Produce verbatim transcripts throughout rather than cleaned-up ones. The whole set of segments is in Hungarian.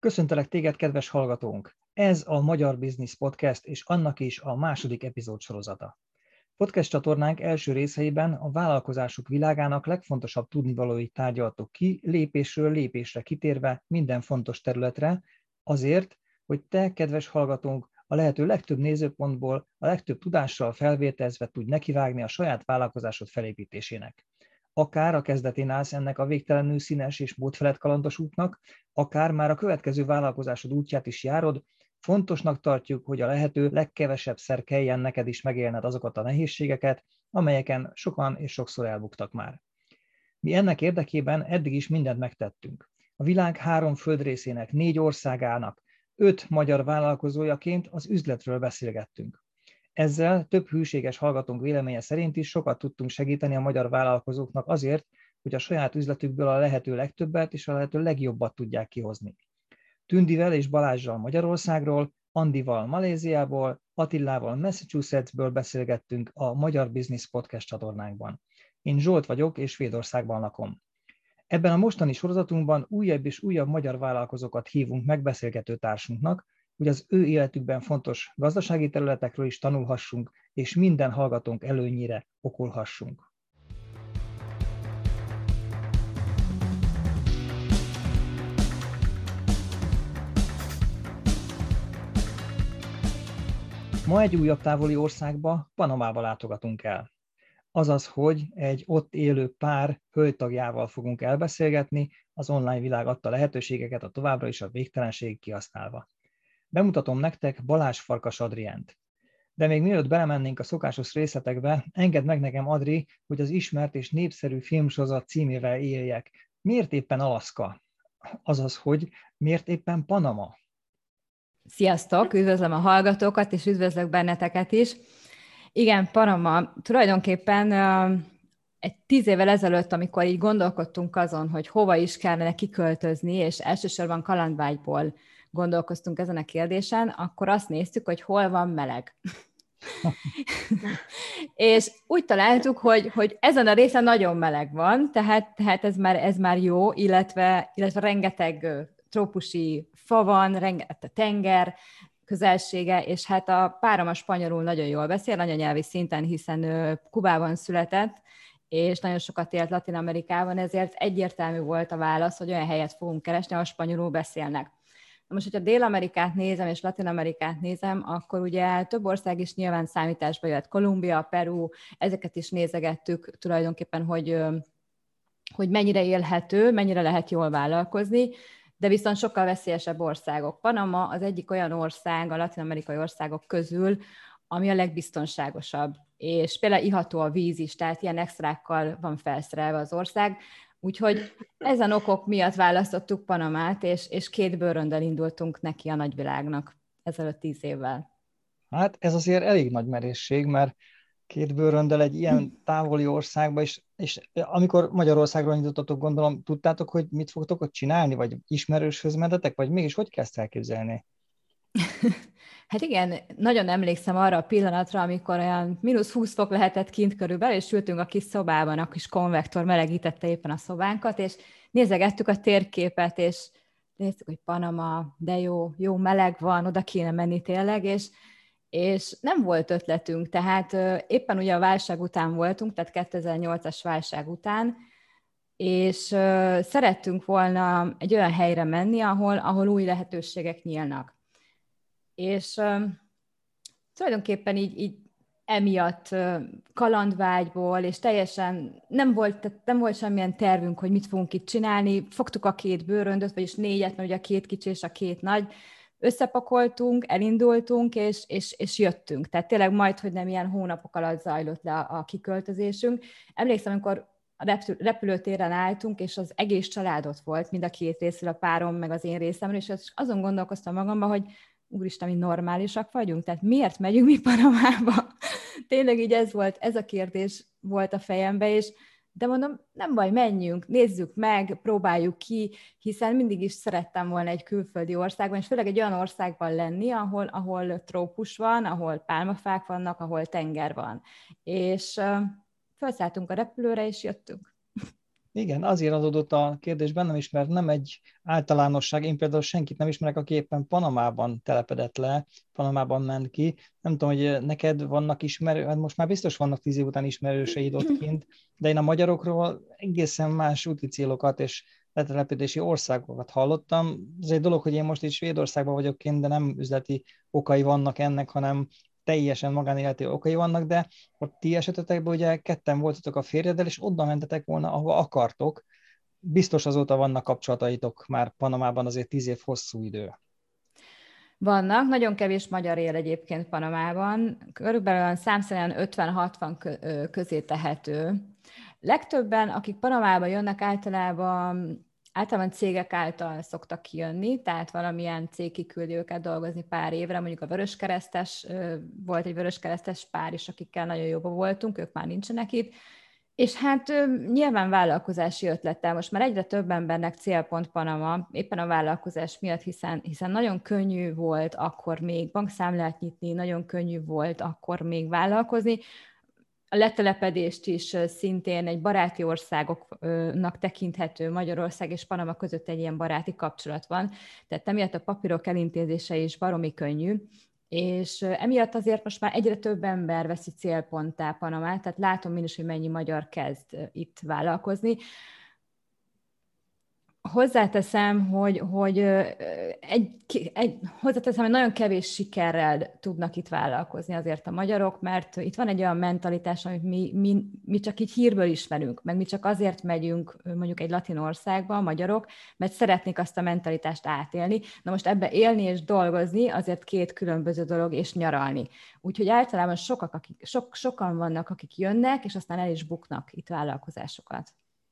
Köszöntelek téged, kedves hallgatónk! Ez a Magyar Business Podcast, és annak is a második epizód sorozata. Podcast csatornánk első részeiben a vállalkozások világának legfontosabb tudnivalóit tárgyaltuk ki, lépésről lépésre kitérve minden fontos területre, azért, hogy te, kedves hallgatónk, a lehető legtöbb nézőpontból, a legtöbb tudással felvértezve tudj nekivágni a saját vállalkozásod felépítésének. Akár a kezdetén állsz ennek a végtelenül színes és módfelett kalandos útnak, akár már a következő vállalkozásod útját is járod, fontosnak tartjuk, hogy a lehető legkevesebb szer kelljen neked is megélned azokat a nehézségeket, amelyeken sokan és sokszor elbuktak már. Mi ennek érdekében eddig is mindent megtettünk. A világ három földrészének, négy országának, öt magyar vállalkozójaként az üzletről beszélgettünk. Ezzel több hűséges hallgatónk véleménye szerint is sokat tudtunk segíteni a magyar vállalkozóknak azért, hogy a saját üzletükből a lehető legtöbbet és a lehető legjobbat tudják kihozni. Tündivel és Balázssal Magyarországról, Andival Maléziából, Attilával Massachusettsből beszélgettünk a Magyar Business Podcast csatornánkban. Én Zsolt vagyok, és Svédországban lakom. Ebben a mostani sorozatunkban újabb és újabb magyar vállalkozókat hívunk megbeszélgető társunknak, hogy az ő életükben fontos gazdasági területekről is tanulhassunk, és minden hallgatónk előnyére okulhassunk. Ma egy újabb távoli országba, Panamába látogatunk el. Azaz, hogy egy ott élő pár hölgytagjával fogunk elbeszélgetni, az online világ adta lehetőségeket a továbbra is a végtelenség kihasználva. Bemutatom nektek Balázs Farkas Adriánt. De még mielőtt belemennénk a szokásos részletekbe, engedd meg nekem, Adri, hogy az ismert és népszerű filmsorozat címével éljek. Miért éppen Alaszka? Azaz, hogy miért éppen Panama? Sziasztok, üdvözlöm a hallgatókat, és üdvözlök benneteket is. Igen, Panama tulajdonképpen egy tíz évvel ezelőtt, amikor így gondolkodtunk azon, hogy hova is kellene kiköltözni, és elsősorban kalandvágyból gondolkoztunk ezen a kérdésen, akkor azt néztük, hogy hol van meleg. És úgy találtuk, hogy, hogy ezen a részen nagyon meleg van, tehát, tehát ez, már, ez már jó, illetve, illetve rengeteg trópusi fa van, rengeteg tenger közelsége, és hát a párom a spanyolul nagyon jól beszél, anyanyelvi szinten, hiszen ő Kubában született, és nagyon sokat élt Latin-Amerikában, ezért egyértelmű volt a válasz, hogy olyan helyet fogunk keresni, ahol spanyolul beszélnek. Na most, hogyha Dél-Amerikát nézem, és Latin-Amerikát nézem, akkor ugye több ország is nyilván számításba jött, Kolumbia, Peru, ezeket is nézegettük tulajdonképpen, hogy, hogy mennyire élhető, mennyire lehet jól vállalkozni, de viszont sokkal veszélyesebb országok. Panama az egyik olyan ország a latin-amerikai országok közül, ami a legbiztonságosabb, és például iható a víz is, tehát ilyen extrákkal van felszerelve az ország, úgyhogy ezen okok miatt választottuk Panamát, és, és két bőröndel indultunk neki a nagyvilágnak ezelőtt tíz évvel. Hát ez azért elég nagy merészség, mert két bőröndel egy ilyen távoli országba, és, és amikor Magyarországról nyitottatok, gondolom, tudtátok, hogy mit fogtok ott csinálni, vagy ismerőshöz mentetek, vagy mégis hogy kezdte elképzelni? Hát igen, nagyon emlékszem arra a pillanatra, amikor olyan mínusz húsz fok lehetett kint körülbelül, és ültünk a kis szobában, a kis konvektor melegítette éppen a szobánkat, és nézegettük a térképet, és néztük, hogy Panama, de jó, jó meleg van, oda kéne menni tényleg, és és nem volt ötletünk, tehát éppen ugye a válság után voltunk, tehát kétezer-nyolcas válság után, és szerettünk volna egy olyan helyre menni, ahol, ahol új lehetőségek nyílnak. És tulajdonképpen így, így emiatt kalandvágyból, és teljesen nem volt, nem volt semmilyen tervünk, hogy mit fogunk itt csinálni, fogtuk a két bőröndöt, vagyis négyet, mert ugye a két kicsi és a két nagy, összepakoltunk, elindultunk, és, és, és jöttünk. Tehát tényleg majd, hogy nem ilyen hónapok alatt zajlott le a, a kiköltözésünk. Emlékszem, amikor a repülőtéren álltunk, és az egész család ott volt, mind a két részről, a párom, meg az én részemről, és azon gondolkoztam magamban, hogy úristen, mi normálisak vagyunk, tehát miért megyünk mi Panamába? Tényleg így ez volt, ez a kérdés volt a fejembe, és de mondom, nem baj, menjünk, nézzük meg, próbáljuk ki, hiszen mindig is szerettem volna egy külföldi országban, és főleg egy olyan országban lenni, ahol, ahol trópus van, ahol pálmafák vannak, ahol tenger van. És uh, felszálltunk a repülőre, és jöttünk. Igen, azért adódott a kérdés bennem is, mert nem egy általánosság. Én például senkit nem ismerek, aki éppen Panamában telepedett le, Panamában ment ki. Nem tudom, hogy neked vannak ismerő, hát most már biztos vannak tíz év után ismerőseid ott kint, de én a magyarokról egészen más úti célokat és letelepedési országokat hallottam. Ez egy dolog, hogy én most itt Svédországban vagyok kint, de nem üzleti okai vannak ennek, hanem teljesen magánéleti okai vannak, de a ti esetetekben ugye ketten voltatok a férjeddel, és oda mentetek volna, ahova akartok. Biztos azóta vannak kapcsolataitok már Panamában, azért tíz év hosszú idő. Vannak, nagyon kevés magyar él egyébként Panamában, körülbelül számszerűen ötven-hatvan közé tehető. Legtöbben, akik Panamába jönnek, általában Általában cégek által szoktak kijönni, tehát valamilyen cég kiküldi őket dolgozni pár évre, mondjuk a Vöröskeresztes, volt egy Vöröskeresztes pár is, akikkel nagyon jóban voltunk, ők már nincsenek itt, és hát nyilván vállalkozási ötlettel, most már egyre több embernek célpont Panama, éppen a vállalkozás miatt, hiszen, hiszen nagyon könnyű volt akkor még bankszámlát nyitni, nagyon könnyű volt akkor még vállalkozni, a letelepedést is szintén egy baráti országoknak tekinthető, Magyarország és Panama között egy ilyen baráti kapcsolat van, tehát emiatt a papírok elintézése is baromi könnyű, és emiatt azért most már egyre több ember veszi célponttá Panamát, tehát látom én is, hogy mennyi magyar kezd itt vállalkozni. Hozzáteszem, hogy, hogy egy, egy, hozzáteszem, hogy nagyon kevés sikerrel tudnak itt vállalkozni azért a magyarok, mert itt van egy olyan mentalitás, amit mi, mi, mi csak így hírből ismerünk, meg mi csak azért megyünk mondjuk egy latin országba, a magyarok, mert szeretnék azt a mentalitást átélni. Na most ebbe élni és dolgozni azért két különböző dolog, és nyaralni. Úgyhogy általában sokak, akik, sok, sokan vannak, akik jönnek, és aztán el is buknak itt vállalkozásokat.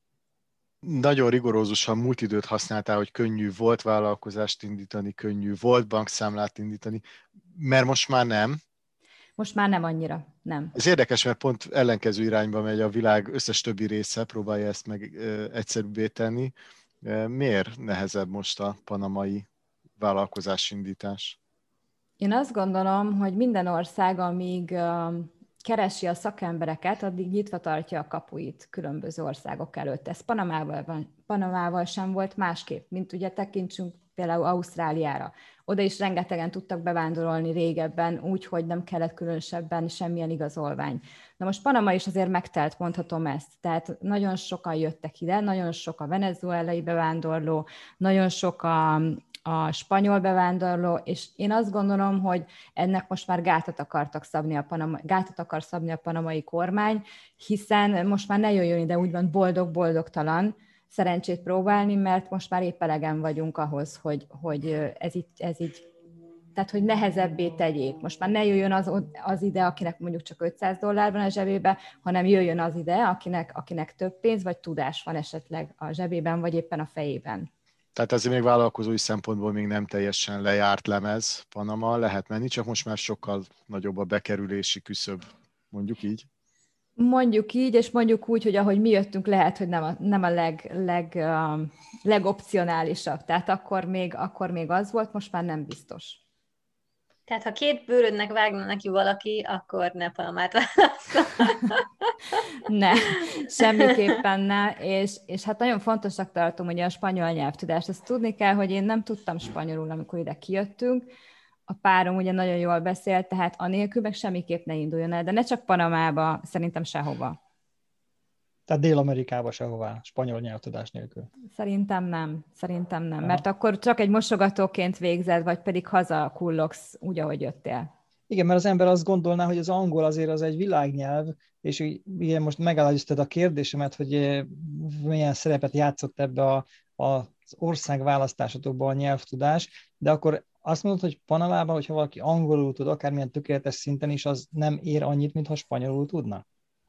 Nagyon rigorózusan múlt időt használtál, hogy könnyű volt vállalkozást indítani, könnyű volt bankszámlát indítani, mert most már nem. Most már nem annyira, nem. Ez érdekes, mert pont ellenkező irányba megy a világ összes többi része, próbálja ezt meg egyszerűbbé tenni. Miért nehezebb most a panamai vállalkozásindítás? Én azt gondolom, hogy minden ország, amíg keresi a szakembereket, addig nyitva tartja a kapuit különböző országok előtt. Ez Panamával, Panamával sem volt másképp, mint ugye tekintsünk például Ausztráliára. Oda is rengetegen tudtak bevándorolni régebben, úgy, hogy nem kellett különösebben semmilyen igazolvány. Na most Panama is azért megtelt, mondhatom ezt. Tehát nagyon sokan jöttek ide, nagyon sok a venezuelai bevándorló, nagyon sok a, a spanyol bevándorló, és én azt gondolom, hogy ennek most már gátat akartak szabni a Panama, gátat akar szabni a panamai kormány, hiszen most már ne jöjjön ide úgymond boldog-boldogtalan szerencsét próbálni, mert most már épp elegen vagyunk ahhoz, hogy, hogy ez, így, ez így, tehát hogy nehezebbé tegyék. Most már ne jöjjön az, az ide, akinek mondjuk csak ötszáz dollár van a zsebébe, hanem jöjjön az ide, akinek, akinek több pénz vagy tudás van esetleg a zsebében, vagy éppen a fejében. Tehát azért még vállalkozói szempontból még nem teljesen lejárt lemez Panama, lehet menni, csak most már sokkal nagyobb a bekerülési küszöb, mondjuk így. Mondjuk így, és mondjuk úgy, hogy ahogy mi jöttünk, lehet, hogy nem a, nem a leg, leg, uh, legopcionálisabb. Tehát akkor még, akkor még az volt, most már nem biztos. Tehát ha két bőrödnek vágna neki valaki, akkor ne Panamát válassza. Ne, semmiképpen ne, és, és hát nagyon fontosnak tartom ugye a spanyol nyelvtudást. Ezt tudni kell, hogy én nem tudtam spanyolul, amikor ide kijöttünk. A párom ugye nagyon jól beszélt, tehát anélkül meg semmiképp ne induljon el, de ne csak Panamába, szerintem sehova. Tehát Dél-Amerikába sehová, spanyol nyelvtudás nélkül. Szerintem nem, szerintem nem, Aha. mert akkor csak egy mosogatóként végzed, vagy pedig haza kullogsz úgy, ahogy jöttél. Igen, mert az ember azt gondolná, hogy az angol azért az egy világnyelv, és igen, most megállítotted a kérdésemet, hogy milyen szerepet játszott ebbe a, a, az ország választásotokban a nyelvtudás, de akkor azt mondod, hogy Panamában, hogyha valaki angolul tud, akármilyen tökéletes szinten is, az nem ér annyit, mintha spanyolul tudna?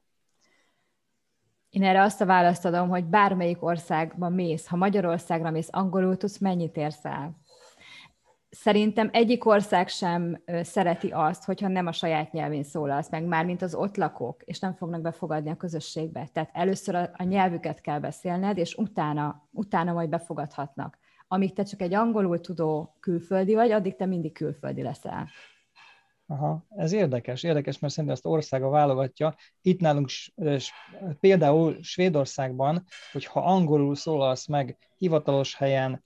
Én erre azt a választ adom, hogy bármelyik országban mész, ha Magyarországra mész, angolul tudsz, mennyit érsz el? Szerintem egyik ország sem szereti azt, hogyha nem a saját nyelvén szólalsz meg, mármint az ott lakók, és nem fognak befogadni a közösségbe. Tehát először a, a nyelvüket kell beszélned, és utána, utána majd befogadhatnak. Amíg te csak egy angolul tudó külföldi vagy, addig te mindig külföldi leszel. Aha, ez érdekes, érdekes, mert szerintem ezt országa válogatja. Itt nálunk például Svédországban, hogyha angolul szólalsz meg hivatalos helyen,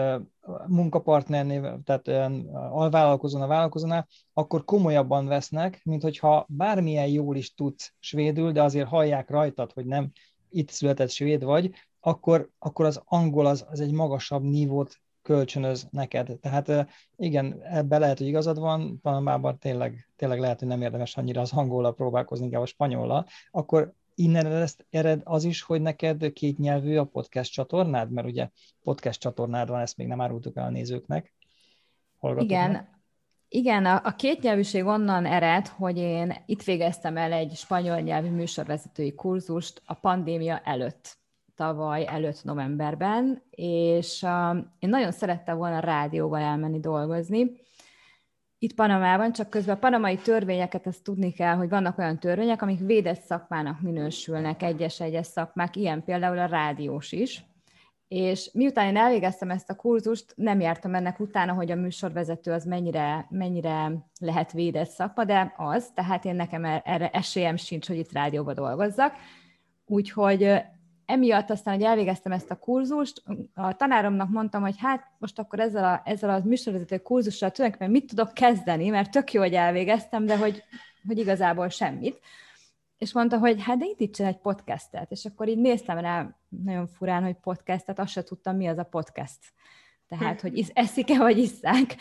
munkapartnernél, tehát alvállalkozón a vállalkozónál, akkor komolyabban vesznek, mint hogyha bármilyen jól is tudsz svédül, de azért hallják rajtad, hogy nem itt született svéd vagy, akkor, akkor az angol az, az egy magasabb nívót kölcsönöz neked. Tehát igen, ebben lehet, hogy igazad van, Panamában tényleg, tényleg lehet, hogy nem érdemes annyira az angollal próbálkozni, inkább a spanyollal. Akkor innen ered az is, hogy neked kétnyelvű a podcast csatornád, mert ugye podcast csatornád van, ezt még nem árultuk el a nézőknek, hallgatóknak. Igen, igen, a, a kétnyelvűség onnan ered, hogy én itt végeztem el egy spanyol nyelvű műsorvezetői kurzust a pandémia előtt, tavaly előtt novemberben, és uh, én nagyon szerettem volna a rádióval elmenni dolgozni, itt Panamában, csak közben a panamai törvényeket azt tudni kell, hogy vannak olyan törvények, amik védett szakmának minősülnek, egyes-egyes szakmák, ilyen például a rádiós is. És miután én elvégeztem ezt a kurzust, nem jártam ennek utána, hogy a műsorvezető az mennyire, mennyire lehet védett szakma, de az, tehát én nekem erre esélyem sincs, hogy itt rádióba dolgozzak. Úgyhogy emiatt aztán, hogy elvégeztem ezt a kurzust, a tanáromnak mondtam, hogy hát most akkor ezzel a, ezzel a műsorvezető kurzussal tulajdonképpen mit tudok kezdeni, mert tök jó, hogy elvégeztem, de hogy, hogy igazából semmit. És mondta, hogy hát de indítsen egy podcastet. És akkor így néztem rá nagyon furán, hogy podcastet, azt se tudtam, mi az a podcast. Tehát, hogy eszik-e, vagy isszák.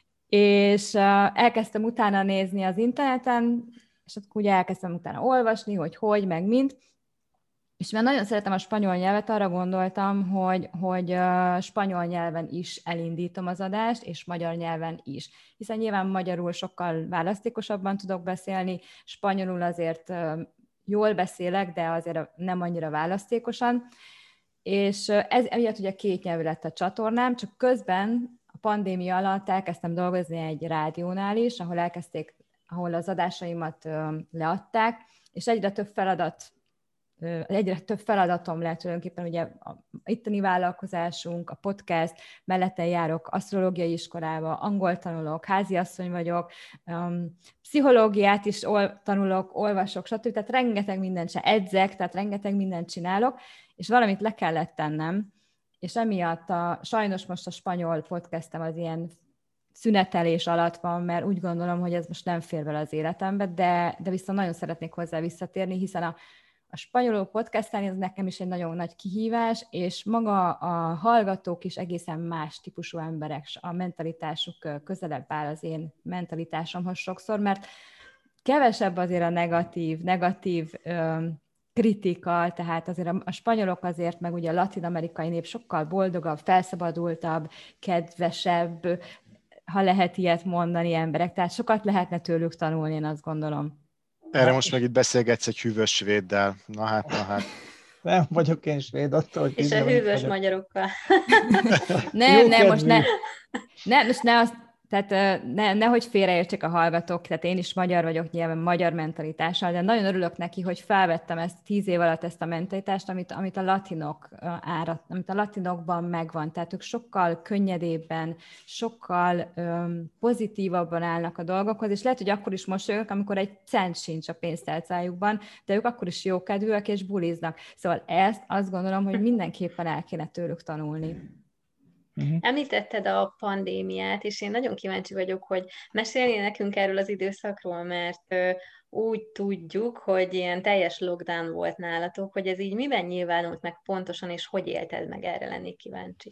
És uh, elkezdtem utána nézni az interneten, és akkor ugye elkezdtem utána olvasni, hogy hogy, meg mind. És mert nagyon szeretem a spanyol nyelvet, arra gondoltam, hogy, hogy uh, spanyol nyelven is elindítom az adást, és magyar nyelven is. Hiszen nyilván magyarul sokkal választékosabban tudok beszélni, spanyolul azért uh, jól beszélek, de azért nem annyira választékosan. És uh, ez emiatt ugye két nyelvű lett a csatornám, csak közben a pandémia alatt elkezdtem dolgozni egy rádiónál is, ahol elkezdték, ahol az adásaimat uh, leadták, és egyre több feladat egyre több feladatom lett tulajdonképpen, ugye a itteni vállalkozásunk, a podcast, mellette járok asztrológiai iskolába, angol tanulok, háziasszony vagyok, um, pszichológiát is ol, tanulok, olvasok, stb. Tehát rengeteg mindent se edzek, tehát rengeteg mindent csinálok, és valamit le kellett tennem, és emiatt a, sajnos most a spanyol podcastem az ilyen szünetelés alatt van, mert úgy gondolom, hogy ez most nem fér bele az életembe, de, de viszont nagyon szeretnék hozzá visszatérni, hiszen a A spanyolul podcastelni az nekem is egy nagyon nagy kihívás, és maga a hallgatók is egészen más típusú emberek, a mentalitásuk közelebb áll az én mentalitásomhoz sokszor, mert kevesebb azért a negatív, negatív öm, kritika, tehát azért a, a spanyolok azért, meg ugye a latin-amerikai nép sokkal boldogabb, felszabadultabb, kedvesebb, ha lehet ilyet mondani emberek, tehát sokat lehetne tőlük tanulni, én azt gondolom. Erre most meg itt beszélgetsz egy hűvös svéddel. Na hát, na hát. Nem vagyok én svéd, attól, hogy és a hűvös magyarokkal. nem, nem, most ne, ne, most ne azt, tehát ne, nehogy félreértsék a hallgatók, tehát én is magyar vagyok, nyilván magyar mentalitással, de nagyon örülök neki, hogy felvettem ezt tíz év alatt ezt a mentalitást, amit, amit a latinok árat, amit a latinokban megvan, tehát ők sokkal könnyedébben, sokkal um, pozitívabban állnak a dolgokhoz, és lehet, hogy akkor is mosolyognak, amikor egy cent sincs a pénztárcájukban, de ők akkor is jókedvűek és buliznak. Szóval ezt azt gondolom, hogy mindenképpen el kéne tőlük tanulni. Uh-huh. Említetted a pandémiát, és én nagyon kíváncsi vagyok, hogy mesélj nekünk erről az időszakról, mert ö, úgy tudjuk, hogy ilyen teljes lockdown volt nálatok, hogy ez így miben nyilvánult meg pontosan, és hogy élted meg, erre lennék kíváncsi.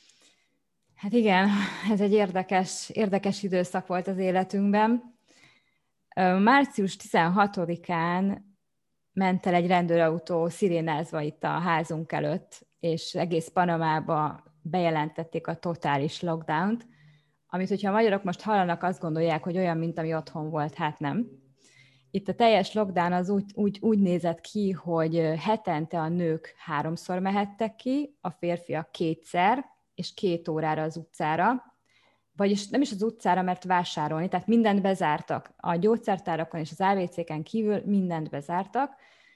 Hát igen, ez egy érdekes, érdekes időszak volt az életünkben. március tizenhatodikán ment el egy rendőrautó szirénázva itt a házunk előtt, és egész Panamába bejelentették a totális lockdownt, amit, hogyha a magyarok most hallanak, azt gondolják, hogy olyan, mint ami otthon volt, hát nem. Itt a teljes lockdown az úgy, úgy, úgy nézett ki, hogy hetente a nők háromszor mehettek ki, a férfiak kétszer, és két órára az utcára, vagyis nem is az utcára, mert vásárolni, tehát mindent bezártak. A gyógyszertárakon és az á vé céken kívül mindent bezártak,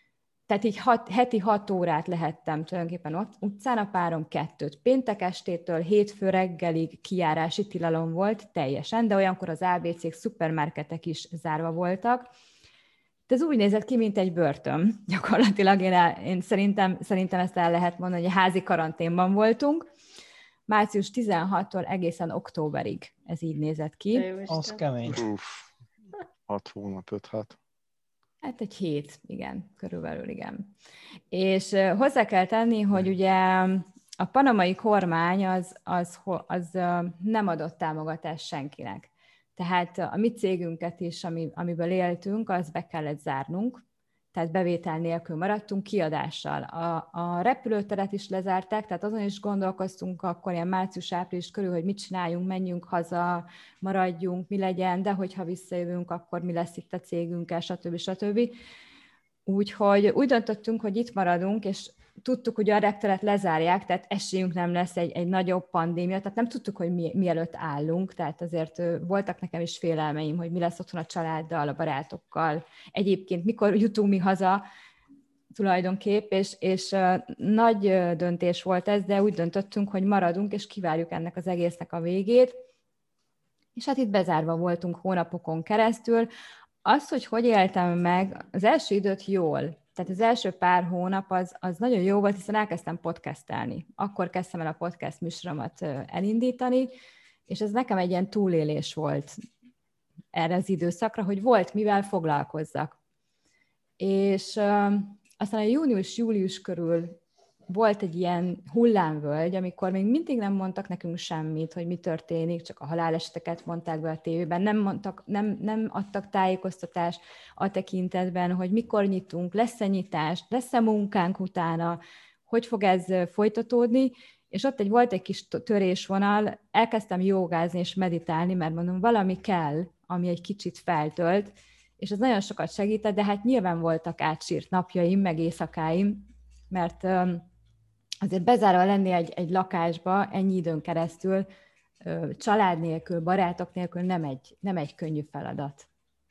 tehát így hat, heti hat órát lehettem tulajdonképpen ott utcán, a párom kettőt. Péntek estétől hétfő reggelig kijárási tilalom volt teljesen, de olyankor az á bé cé-k, szupermarketek is zárva voltak. Ez úgy nézett ki, mint egy börtön. Gyakorlatilag én, el, én szerintem, szerintem ezt el lehet mondani, hogy házi karanténban voltunk. Március tizenhatodikától egészen októberig ez így nézett ki. Az kemény. Uff, hat hónap, öt hat. Hát egy hét, igen, körülbelül igen. És uh, hozzá kell tenni, hogy ugye a panamai kormány az, az, az, az uh, nem adott támogatást senkinek. Tehát a mi cégünket is, ami, amiből éltünk, az be kellett zárnunk, tehát bevétel nélkül maradtunk kiadással. A, a repülőteret is lezárták, tehát azon is gondolkoztunk akkor ilyen március-április körül, hogy mit csináljunk, menjünk haza, maradjunk, mi legyen, de hogyha visszajövünk, akkor mi lesz itt a cégünkkel, stb. stb. Úgyhogy úgy döntöttünk, hogy itt maradunk, és tudtuk, hogy a repteret lezárják, tehát esélyünk nem lesz egy, egy nagyobb pandémia, tehát nem tudtuk, hogy mi, mielőtt állunk, tehát azért voltak nekem is félelmeim, hogy mi lesz otthon a családdal, a barátokkal, egyébként mikor jutunk mi haza tulajdonképp, és, és nagy döntés volt ez, de úgy döntöttünk, hogy maradunk, és kivárjuk ennek az egésznek a végét, és hát itt bezárva voltunk hónapokon keresztül. Az, hogy hogy éltem meg, az első időt jól, tehát az első pár hónap az, az nagyon jó volt, hiszen elkezdtem podcastelni. Akkor kezdtem el a podcast műsoromat elindítani, és ez nekem egy ilyen túlélés volt erre az időszakra, hogy volt mivel foglalkozzak. És uh, aztán a június-július körül volt egy ilyen hullámvölgy, amikor még mindig nem mondtak nekünk semmit, hogy mi történik, csak a haláleseteket mondták be a tévében, nem, mondtak, nem, nem adtak tájékoztatást a tekintetben, hogy mikor nyitunk, lesz-e nyitás, lesz-e munkánk utána, hogy fog ez folytatódni, és ott egy, volt egy kis törésvonal, elkezdtem jogázni és meditálni, mert mondom, valami kell, ami egy kicsit feltölt, és ez nagyon sokat segített, de hát nyilván voltak átsírt napjaim, meg éjszakáim, mert azért bezárva lenni egy, egy lakásba ennyi időn keresztül, család nélkül, barátok nélkül nem egy, nem egy könnyű feladat.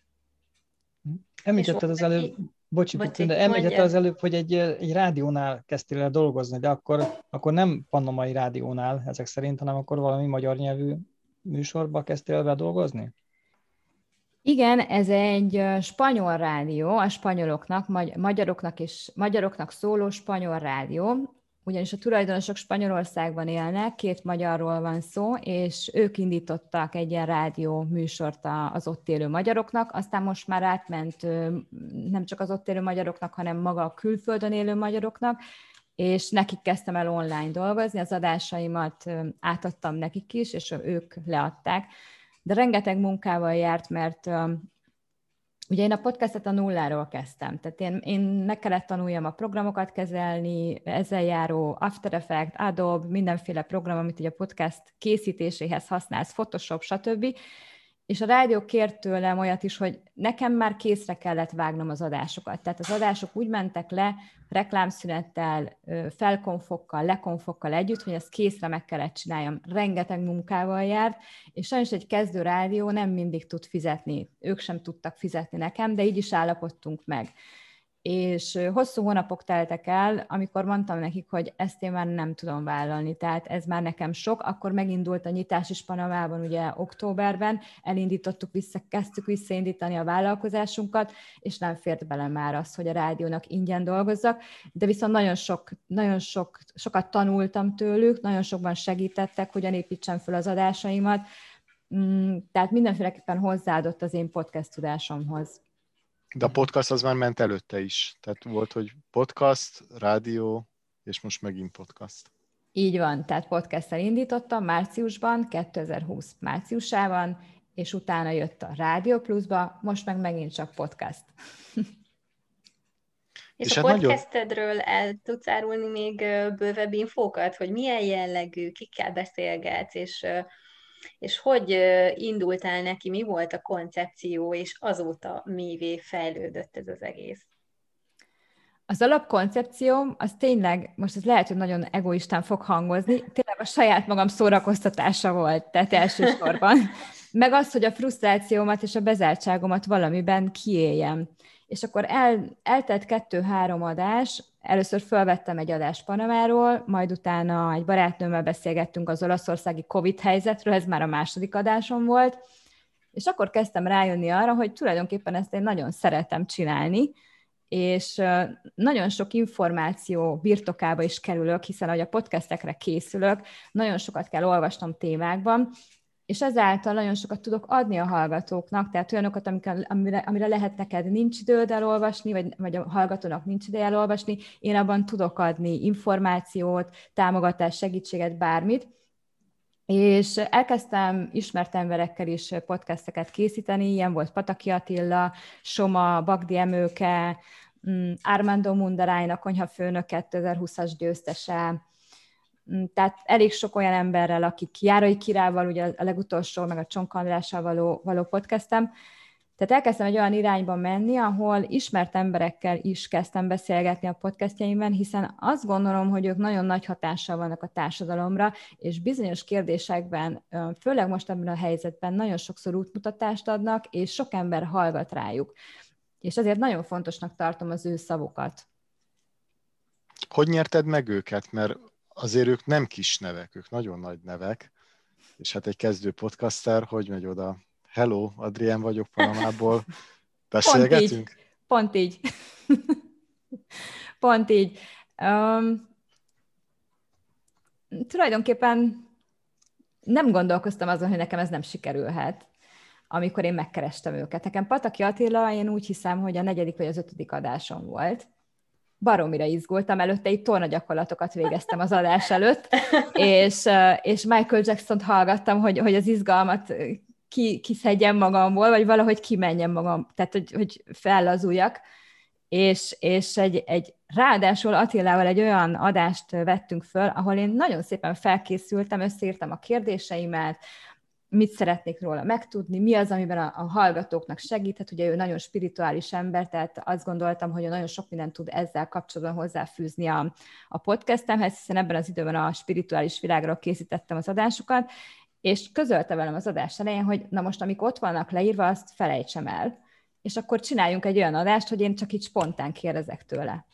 Említetted az előbb, bocsi, bocsi de említetted az előbb, hogy egy, egy rádiónál kezdtél el dolgozni, de akkor, akkor nem panamai rádiónál ezek szerint, hanem akkor valami magyar nyelvű műsorba kezdtél el be dolgozni? Igen, ez egy spanyol rádió, a spanyoloknak, magyaroknak és magyaroknak szóló spanyol rádió, ugyanis a tulajdonosok Spanyolországban élnek, két magyarról van szó, és ők indítottak egy ilyen rádió műsort az ott élő magyaroknak, aztán most már átment nem csak az ott élő magyaroknak, hanem maga a külföldön élő magyaroknak, és nekik kezdtem el online dolgozni, az adásaimat átadtam nekik is, és ők leadták. De rengeteg munkával járt, mert ugye én a podcastet a nulláról kezdtem, tehát én, én meg kellett tanuljam a programokat kezelni, ezzel járó After Effects, Adobe, mindenféle program, amit ugye a podcast készítéséhez használsz, Photoshop, stb. És a rádió kért tőlem olyat is, hogy nekem már készre kellett vágnom az adásokat. Tehát az adások úgy mentek le, reklámszünettel, felkonfokkal, lekonfokkal együtt, hogy ezt készre meg kellett csináljam. Rengeteg munkával járt, és sajnos egy kezdő rádió nem mindig tud fizetni. Ők sem tudtak fizetni nekem, de így is állapodtunk meg. És hosszú hónapok teltek el, amikor mondtam nekik, hogy ezt én már nem tudom vállalni, tehát ez már nekem sok. Akkor megindult a nyitás is Panamában, ugye októberben, elindítottuk vissza, kezdtük visszaindítani a vállalkozásunkat, és nem fért bele már az, hogy a rádiónak ingyen dolgozzak, de viszont nagyon, sok, nagyon sok, sokat tanultam tőlük, nagyon sokban segítettek, hogyan építsem fel az adásaimat, tehát mindenféleképpen hozzáadott az én podcast tudásomhoz. De a podcast az már ment előtte is. Tehát volt, hogy podcast, rádió, és most megint podcast. Így van, tehát podcasttel indítottam márciusban, kétezer-húsz márciusában, és utána jött a Rádió Pluszba, most meg megint csak podcast. És, és a hát podcastedről nagyon... el tudsz árulni még bővebb infókat, hogy milyen jellegű, kikkel beszélgetsz, és... és hogy indultál neki, mi volt a koncepció, és azóta mivé fejlődött ez az egész? Az alapkoncepcióm, az tényleg, most ez lehet, hogy nagyon egoistán fog hangozni, tényleg a saját magam szórakoztatása volt, tehát elsősorban. Meg az, hogy a frusztrációmat és a bezártságomat valamiben kiéljem. és akkor el, eltelt kettő-három adás, először felvettem egy adást Panamáról, majd utána egy barátnőmmel beszélgettünk az olaszországi Covid helyzetről, ez már a második adásom volt, és akkor kezdtem rájönni arra, hogy tulajdonképpen ezt én nagyon szeretem csinálni, és nagyon sok információ birtokába is kerülök, hiszen ahogy a podcastekre készülök, nagyon sokat kell olvasnom témákban, és ezáltal nagyon sokat tudok adni a hallgatóknak, tehát olyanokat, amiket, amire, amire lehet neked nincs időd elolvasni, vagy, vagy a hallgatónak nincs ideje elolvasni, én abban tudok adni információt, támogatást, segítséget, bármit. És elkezdtem ismert emberekkel is podcasteket készíteni, ilyen volt Pataki Attila, Soma, Bagdi Emőke, Armando Mundarány, a konyhafőnök kétezer-húszas győztese, tehát elég sok olyan emberrel, akik Járai Kirával, ugye a legutolsó, meg a Csonka Andrással való, való podcastem. Tehát elkezdtem egy olyan irányba menni, ahol ismert emberekkel is kezdtem beszélgetni a podcastjaimben, hiszen azt gondolom, hogy ők nagyon nagy hatással vannak a társadalomra, és bizonyos kérdésekben, főleg most ebben a helyzetben nagyon sokszor útmutatást adnak, és sok ember hallgat rájuk. És ezért nagyon fontosnak tartom az ő szavukat. Hogy nyerted meg őket? Mert azért ők nem kis nevek, ők nagyon nagy nevek, és hát egy kezdő podcaster, hogy megy oda? Hello, Adrián vagyok Panamából, beszélgetünk? Pont így. Pont így. Pont így. Um, tulajdonképpen nem gondolkoztam azon, hogy nekem ez nem sikerülhet, amikor én megkerestem őket. Nekem Pataki Attila, én úgy hiszem, hogy a negyedik vagy az ötödik adásom volt. Baromira izgultam, előtte itt tornagyakorlatokat végeztem az adás előtt, és, és Michael Jackson-t hallgattam, hogy, hogy az izgalmat ki, kiszedjem magamból, vagy valahogy kimenjem magam, tehát hogy, hogy fellazuljak. És, és egy, egy, ráadásul Attilával egy olyan adást vettünk föl, ahol én nagyon szépen felkészültem, összeírtam a kérdéseimet, mit szeretnék róla megtudni, mi az, amiben a, a hallgatóknak segíthet, ugye ő nagyon spirituális ember, tehát azt gondoltam, hogy ő nagyon sok mindent tud ezzel kapcsolatban hozzáfűzni a, a podcastemhez, hiszen ebben az időben a spirituális világról készítettem az adásokat, és közölte velem az adás elején, hogy na most, amik ott vannak leírva, azt felejtsem el, és akkor csináljunk egy olyan adást, hogy én csak így spontán kérdezek tőle.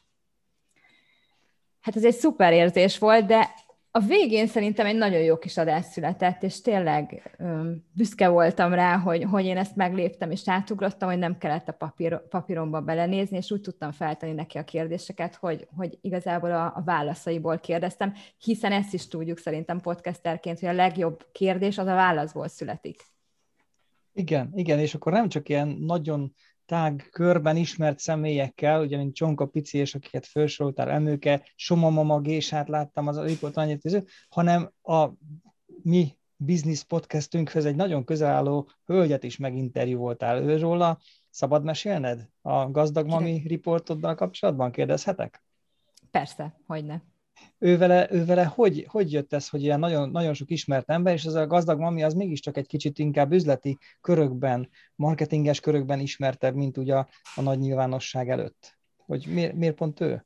Hát ez egy szuper érzés volt, de a végén szerintem egy nagyon jó kis adás született, és tényleg öm, büszke voltam rá, hogy, hogy én ezt megléptem, és átugrottam, hogy nem kellett a papír, papíromba belenézni, és úgy tudtam feltenni neki a kérdéseket, hogy, hogy igazából a, a válaszaiból kérdeztem, hiszen ezt is tudjuk szerintem podcasterként, hogy a legjobb kérdés az a válaszból születik. Igen, igen, és akkor nem csak ilyen nagyon tág körben ismert személyekkel, ugye, mint Csonka Pici, és akiket felsoroltál, Emőke, Soma Mama Gésát láttam az Ripot annyit, hanem a mi business podcastünkhöz egy nagyon közel álló hölgyet is meginterjúvoltál őróla. Szabad mesélned a Gazdag Mami riportoddal kapcsolatban? Kérdezhetek? Persze, hogyne. Ővele, ővele hogy, hogy jött ez, hogy ilyen nagyon, nagyon sok ismert ember, és ez a Gazdag Mami az mégiscsak egy kicsit inkább üzleti körökben, marketinges körökben ismertebb, mint ugye a, a nagy nyilvánosság előtt. Hogy miért, miért pont ő?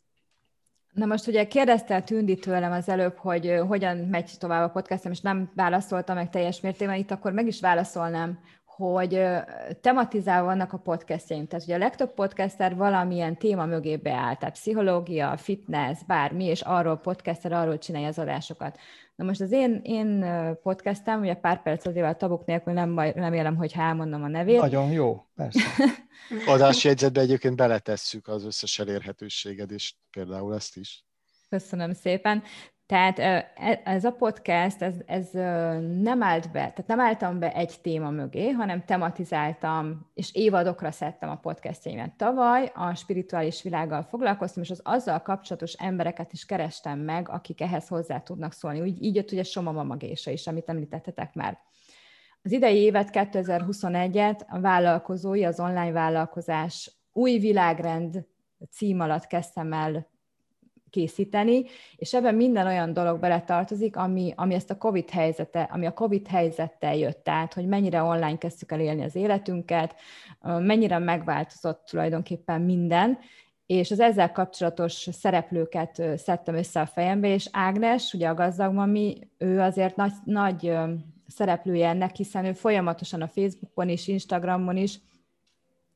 Na most ugye kérdeztél Tündi tőlem az előbb, hogy hogyan megy tovább a podcastem, és nem válaszoltam meg teljes mértékben, itt akkor meg is válaszolnám, hogy tematizálva vannak a podcastjaim. Tehát ugye a legtöbb podcaster valamilyen téma mögé beáll, tehát pszichológia, fitness, bármi, és arról podcaster, arról csinálja az adásokat. Na most az én, én podcastem, ugye pár perc azért a tabuk nélkül nem baj, remélem, hogy elmondom a nevét. Nagyon jó, persze. Adásjegyzetbe egyébként beletesszük az összes elérhetőséged, és például ezt is. Köszönöm szépen. Tehát ez a podcast, ez, ez nem állt be, tehát nem álltam be egy téma mögé, hanem tematizáltam, és évadokra szedtem a podcastjaimat. Tavaly a spirituális világgal foglalkoztam, és az azzal kapcsolatos embereket is kerestem meg, akik ehhez hozzá tudnak szólni. Úgy, így jött ugye Soma Mama Gésa is, amit említettetek már. Az idei évet, kétezer-huszonegyet a vállalkozói, az online vállalkozás új világrend cím alatt kezdtem el készíteni, és ebben minden olyan dolog beletartozik, ami, ami ezt a COVID helyzete, ami a COVID helyzettel jött, tehát, hogy mennyire online kezdtük el élni az életünket, mennyire megváltozott tulajdonképpen minden, és az ezzel kapcsolatos szereplőket szedtem össze a fejembe, és Ágnes, ugye a Gazdag Mami, ő azért nagy, nagy szereplője ennek, hiszen ő folyamatosan a Facebookon is, Instagramon is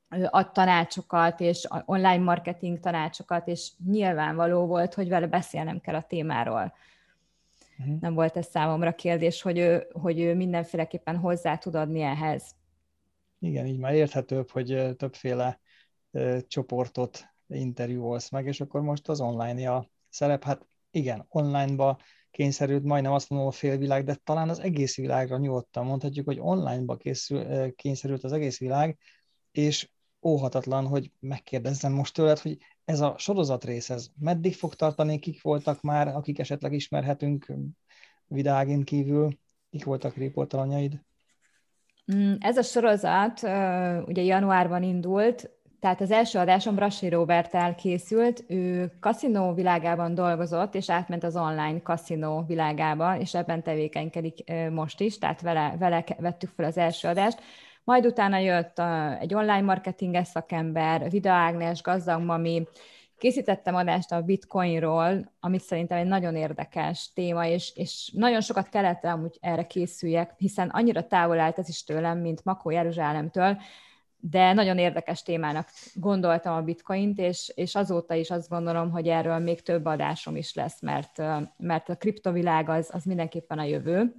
ad tanácsokat, és online marketing tanácsokat, és nyilvánvaló volt, hogy vele beszélnem kell a témáról. Uh-huh. Nem volt ez számomra kérdés, hogy ő, hogy ő mindenféleképpen hozzá tud adni ehhez. Igen, így már érthetőbb, hogy többféle uh, csoportot interjúolsz meg, és akkor most az online a szerep, hát igen, online-ba kényszerült, majdnem azt mondom a félvilág, de talán az egész világra nyugodtan mondhatjuk, hogy online-ba készül, kényszerült az egész világ, és óhatatlan, hogy megkérdezzem most tőled, hogy ez a sorozat rész, ez meddig fog tartani, kik voltak már, akik esetleg ismerhetünk Vidágin kívül, kik voltak riportalanyaid? Ez a sorozat ugye januárban indult, tehát az első adásom Brassai Róberttel készült, ő kaszinó világában dolgozott, és átment az online kaszinó világába, és ebben tevékenykedik most is, tehát vele, vele vettük fel az első adást. Majd utána jött egy online marketinges szakember, Vida Ágnes, Gazdag Mami. Készítettem adást a bitcoinról, amit szerintem egy nagyon érdekes téma, és, és nagyon sokat kellett rá, hogy erre készüljek, hiszen annyira távol állt ez is tőlem, mint Makó Jeruzsálemtől, de nagyon érdekes témának gondoltam a bitcoint, és, és azóta is azt gondolom, hogy erről még több adásom is lesz, mert, mert a kriptovilág az, az mindenképpen a jövő.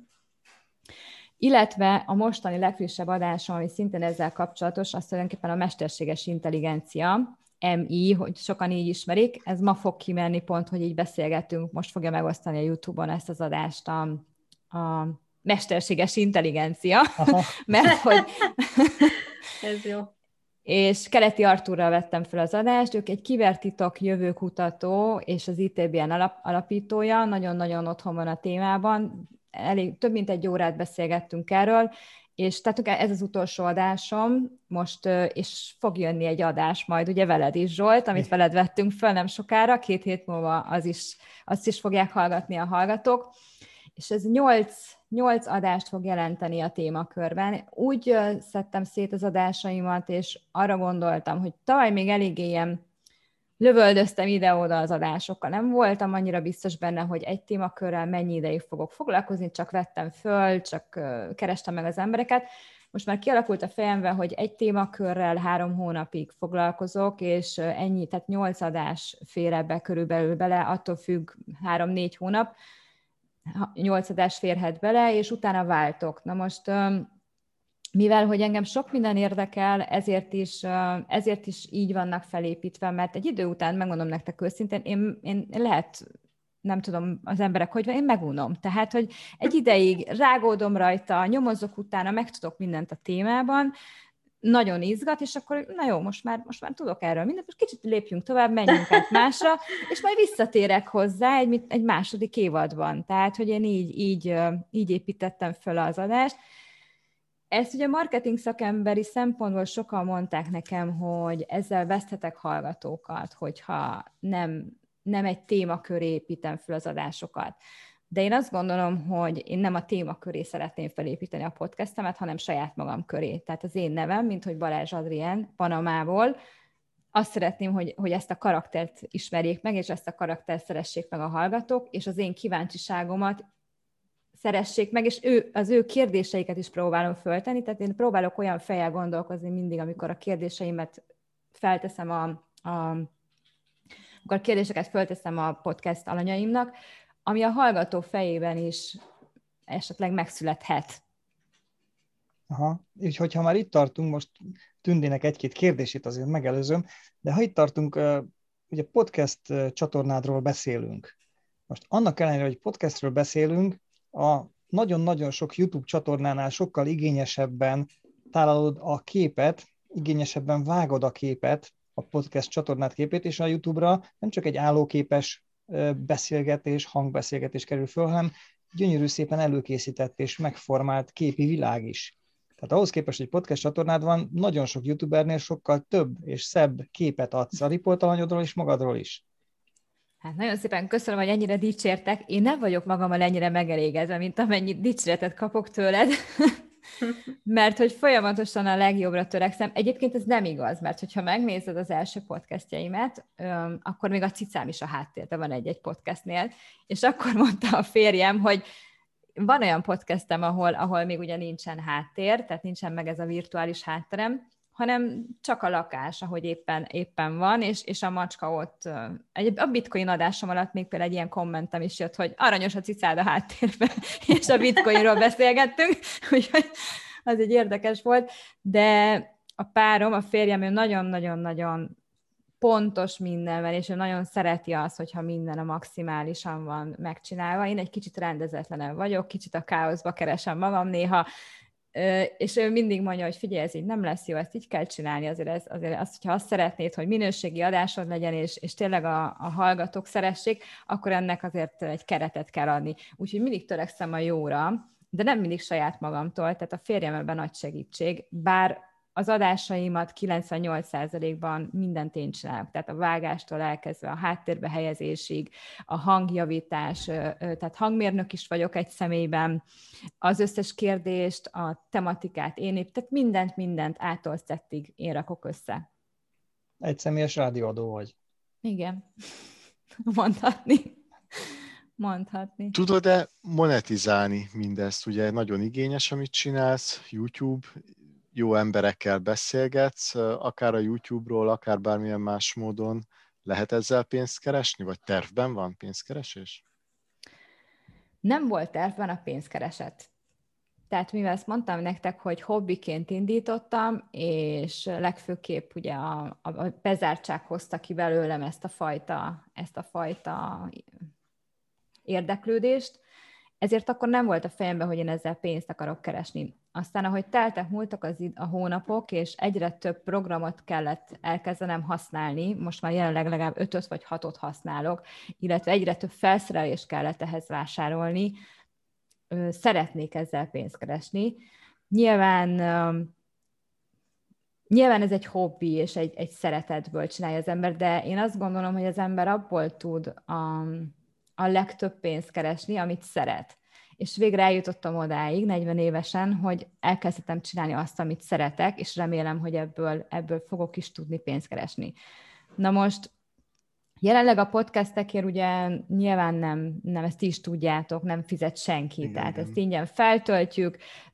Illetve a mostani legfrissebb adásom, ami szintén ezzel kapcsolatos, az tulajdonképpen a mesterséges intelligencia, em i, hogy sokan így ismerik. Ez ma fog kimenni pont, hogy így beszélgettünk, most fogja megosztani a YouTube-on ezt az adást a, a mesterséges intelligencia, mert hogy... Ez jó. És Keleti Artúrral vettem fel az adást, ők egy kibertitok jövőkutató és az i té bé en alap, alapítója, nagyon-nagyon otthon van a témában, elég, több mint egy órát beszélgettünk erről, és tehát ez az utolsó adásom most, és fog jönni egy adás majd, ugye veled is, Zsolt, amit veled vettünk föl nem sokára, két hét múlva az is, azt is fogják hallgatni a hallgatók, és ez nyolc, nyolc adást fog jelenteni a témakörben. Úgy szedtem szét az adásaimat, és arra gondoltam, hogy tavaly még eléggé ilyen lövöldöztem ide-oda az adásokkal. Nem voltam annyira biztos benne, hogy egy témakörrel mennyi ideig fogok foglalkozni, csak vettem föl, csak kerestem meg az embereket. Most már kialakult a fejemben, hogy egy témakörrel három hónapig foglalkozok, és ennyi, tehát nyolc adás fér ebbe körülbelül bele, attól függ három-négy hónap, nyolc adás férhet bele, és utána váltok. Na most, mivel hogy engem sok minden érdekel, ezért is, ezért is így vannak felépítve, mert egy idő után, megmondom nektek őszintén, én, én lehet, nem tudom az emberek hogy van, én megunom. Tehát, hogy egy ideig rágódom rajta, nyomozok utána, megtudok mindent a témában, nagyon izgat, és akkor na jó, most már, most már tudok erről mindent, most kicsit lépjünk tovább, menjünk át másra, és majd visszatérek hozzá egy, egy második évadban. Tehát, hogy én így, így, így építettem föl az adást. Ezt ugye marketing szakemberi szempontból sokan mondták nekem, hogy ezzel veszthetek hallgatókat, hogyha nem, nem egy témaköré építem föl az adásokat. De én azt gondolom, hogy én nem a téma köré szeretném felépíteni a podcastemet, hanem saját magam köré. Tehát az én nevem, mint hogy Balázs Adrien Panamából, azt szeretném, hogy, hogy ezt a karaktert ismerjék meg, és ezt a karaktert szeressék meg a hallgatók, és az én kíváncsiságomat szeressék meg, és ő, az ő kérdéseiket is próbálom föltenni, tehát én próbálok olyan fejjel gondolkozni mindig, amikor a kérdéseimet felteszem a, a amikor a kérdéseket fölteszem a podcast alanyaimnak, ami a hallgató fejében is esetleg megszülethet. Aha, úgyhogy ha már itt tartunk, most Tündének egy-két kérdését azért megelőzöm, de ha itt tartunk, ugye podcast csatornádról beszélünk. Most annak ellenére, hogy podcastről beszélünk, a nagyon-nagyon sok YouTube csatornánál sokkal igényesebben tálalod a képet, igényesebben vágod a képet, a podcast csatornát képét, és a YouTube-ra nem csak egy állóképes beszélgetés, hangbeszélgetés kerül föl, hanem gyönyörű szépen előkészített és megformált képi világ is. Tehát ahhoz képest, hogy podcast csatornád van, nagyon sok youtubernél sokkal több és szebb képet adsz a riportalanyodról és magadról is. Hát nagyon szépen köszönöm, hogy ennyire dicsértek. Én nem vagyok magammal ennyire megelégedve, mint amennyit dicséretet kapok tőled, mert hogy folyamatosan a legjobbra törekszem. Egyébként ez nem igaz, mert hogyha megnézed az első podcastjaimet, akkor még a cicám is a háttérben van egy-egy podcastnél, és akkor mondta a férjem, hogy van olyan podcastem, ahol, ahol még ugye nincsen háttér, tehát nincsen meg ez a virtuális hátterem, hanem csak a lakás, ahogy éppen, éppen van, és, és a macska ott. A bitcoin adásom alatt még például egy ilyen kommentem is jött, hogy aranyos a cicád a háttérben, és a bitcoinról beszélgettünk, úgyhogy az egy érdekes volt, de a párom, a férjem, ő nagyon-nagyon-nagyon pontos mindenben, és ő nagyon szereti azt, hogyha minden a maximálisan van megcsinálva. Én egy kicsit rendezetlenem vagyok, kicsit a káoszba keresem magam néha, és ő mindig mondja, hogy figyelj, ez így nem lesz jó, ezt így kell csinálni, azért, ez, azért azt, hogyha azt szeretnéd, hogy minőségi adásod legyen, és, és tényleg a, a hallgatók szeressék, akkor ennek azért egy keretet kell adni. Úgyhogy mindig törekszem a jóra, de nem mindig saját magamtól, tehát a férjem ebben nagy segítség, bár az adásaimat kilencvennyolc százalékban mindent én csinálok, tehát a vágástól elkezdve a háttérbe helyezésig, a hangjavítás, tehát hangmérnök is vagyok egy személyben, az összes kérdést, a tematikát én épp, tehát mindent, mindent ától szettig én rakok össze. Egy személyes rádióadó vagy. Igen, mondhatni. Mondhatni. Tudod-e monetizálni mindezt? Ugye nagyon igényes, amit csinálsz, YouTube, jó emberekkel beszélgetsz, akár a YouTube-ról, akár bármilyen más módon lehet ezzel pénzt keresni, vagy tervben van pénzkeresés? Nem volt tervben a pénzkereset. Tehát mivel ezt mondtam nektek, hogy hobbiként indítottam, és legfőképp ugye a, a bezártság hozta ki belőlem ezt a fajta, ezt a fajta érdeklődést, ezért akkor nem volt a fejemben, hogy én ezzel pénzt akarok keresni. Aztán, ahogy teltek, múltak az a hónapok, és egyre több programot kellett elkezdenem használni, most már jelenleg legalább ötöt vagy hatot használok, illetve egyre több felszerelést kellett ehhez vásárolni, szeretnék ezzel pénzt keresni. Nyilván, nyilván ez egy hobbi, és egy, egy szeretetből csinálja az ember, de én azt gondolom, hogy az ember abból tud a, a legtöbb pénzt keresni, amit szeret. És végre eljutottam odáig, negyven évesen, hogy elkezdtem csinálni azt, amit szeretek, és remélem, hogy ebből, ebből fogok is tudni pénzt keresni. Na most, jelenleg a podcastekért ugye nyilván nem, nem ezt is tudjátok, nem fizet senki, igen, tehát igen. Ezt ingyen feltöltjük,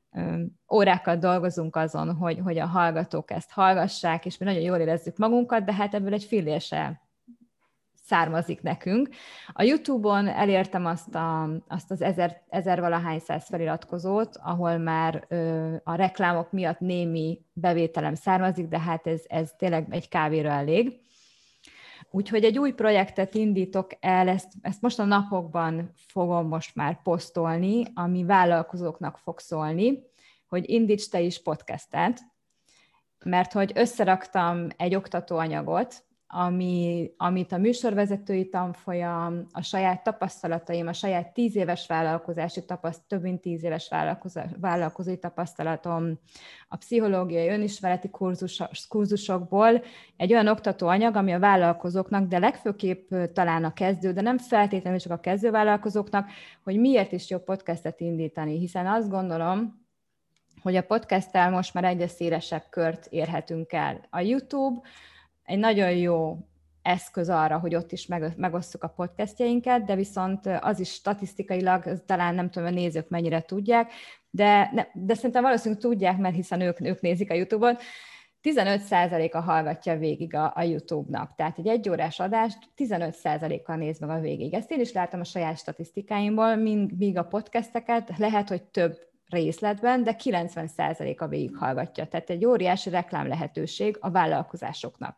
órákat dolgozunk azon, hogy, hogy a hallgatók ezt hallgassák, és mi nagyon jól érezzük magunkat, de hát ebből egy fillér se származik nekünk. A YouTube-on elértem azt, a, azt az ezer, ezer valahány száz feliratkozót, ahol már ö, a reklámok miatt némi bevételem származik, de hát ez, ez tényleg egy kávéra elég. Úgyhogy egy új projektet indítok el, ezt, ezt most a napokban fogom most már posztolni, ami vállalkozóknak fog szólni, hogy indíts te is podcastet, mert hogy összeraktam egy oktatóanyagot, ami, amit a műsorvezetői tanfolyam, a saját tapasztalataim, a saját tíz éves vállalkozási tapasztalatom, több mint tíz éves vállalkozói tapasztalatom, a pszichológiai önismereti kurzus, kurzusokból egy olyan oktatóanyag, ami a vállalkozóknak, de legfőképp talán a kezdő, de nem feltétlenül csak a kezdővállalkozóknak, hogy miért is jó podcastet indítani, hiszen azt gondolom, hogy a podcasttel most már egyre szélesebb kört érhetünk el. A YouTube egy nagyon jó eszköz arra, hogy ott is megosztjuk a podcastjainkat, de viszont az is statisztikailag, talán nem tudom, a nézők mennyire tudják, de, de szerintem valószínűleg tudják, mert hiszen ők, ők nézik a YouTube-on, tizenöt százaléka hallgatja végig a, a YouTube-nak. Tehát egy egyórás adást tizenöt százalékkal néz meg a végig. Ezt én is látom a saját statisztikáimból, míg a podcasteket lehet, hogy több részletben, de kilencven százaléka végighallgatja. Tehát egy óriási reklám lehetőség a vállalkozásoknak.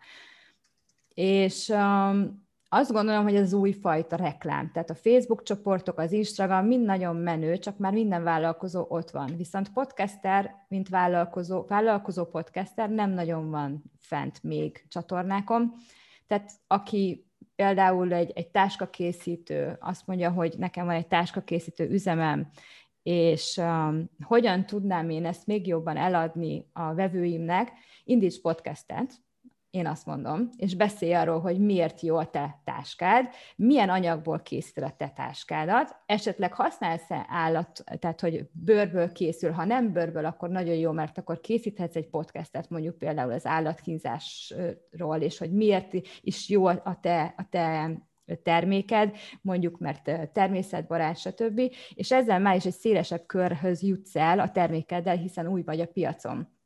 És um, azt gondolom, hogy ez az újfajta reklám. Tehát a Facebook csoportok, az Instagram mind nagyon menő, csak már minden vállalkozó ott van. Viszont podcaster, mint vállalkozó, vállalkozó podcaster nem nagyon van fent még csatornákon. Tehát aki például egy, egy táskakészítő, azt mondja, hogy nekem van egy táskakészítő üzemem, és um, hogyan tudnám én ezt még jobban eladni a vevőimnek, indíts podcastet, én azt mondom, és beszélj arról, hogy miért jó a te táskád, milyen anyagból készíted a te táskádat, esetleg használsz-e állat, tehát hogy bőrből készül, ha nem bőrből, akkor nagyon jó, mert akkor készíthetsz egy podcastet, mondjuk például az állatkínzásról, és hogy miért is jó a te, a te terméked, mondjuk mert természetbarát, stb. És ezzel már is egy szélesebb körhöz jutsz el a termékeddel, hiszen új vagy a piacon.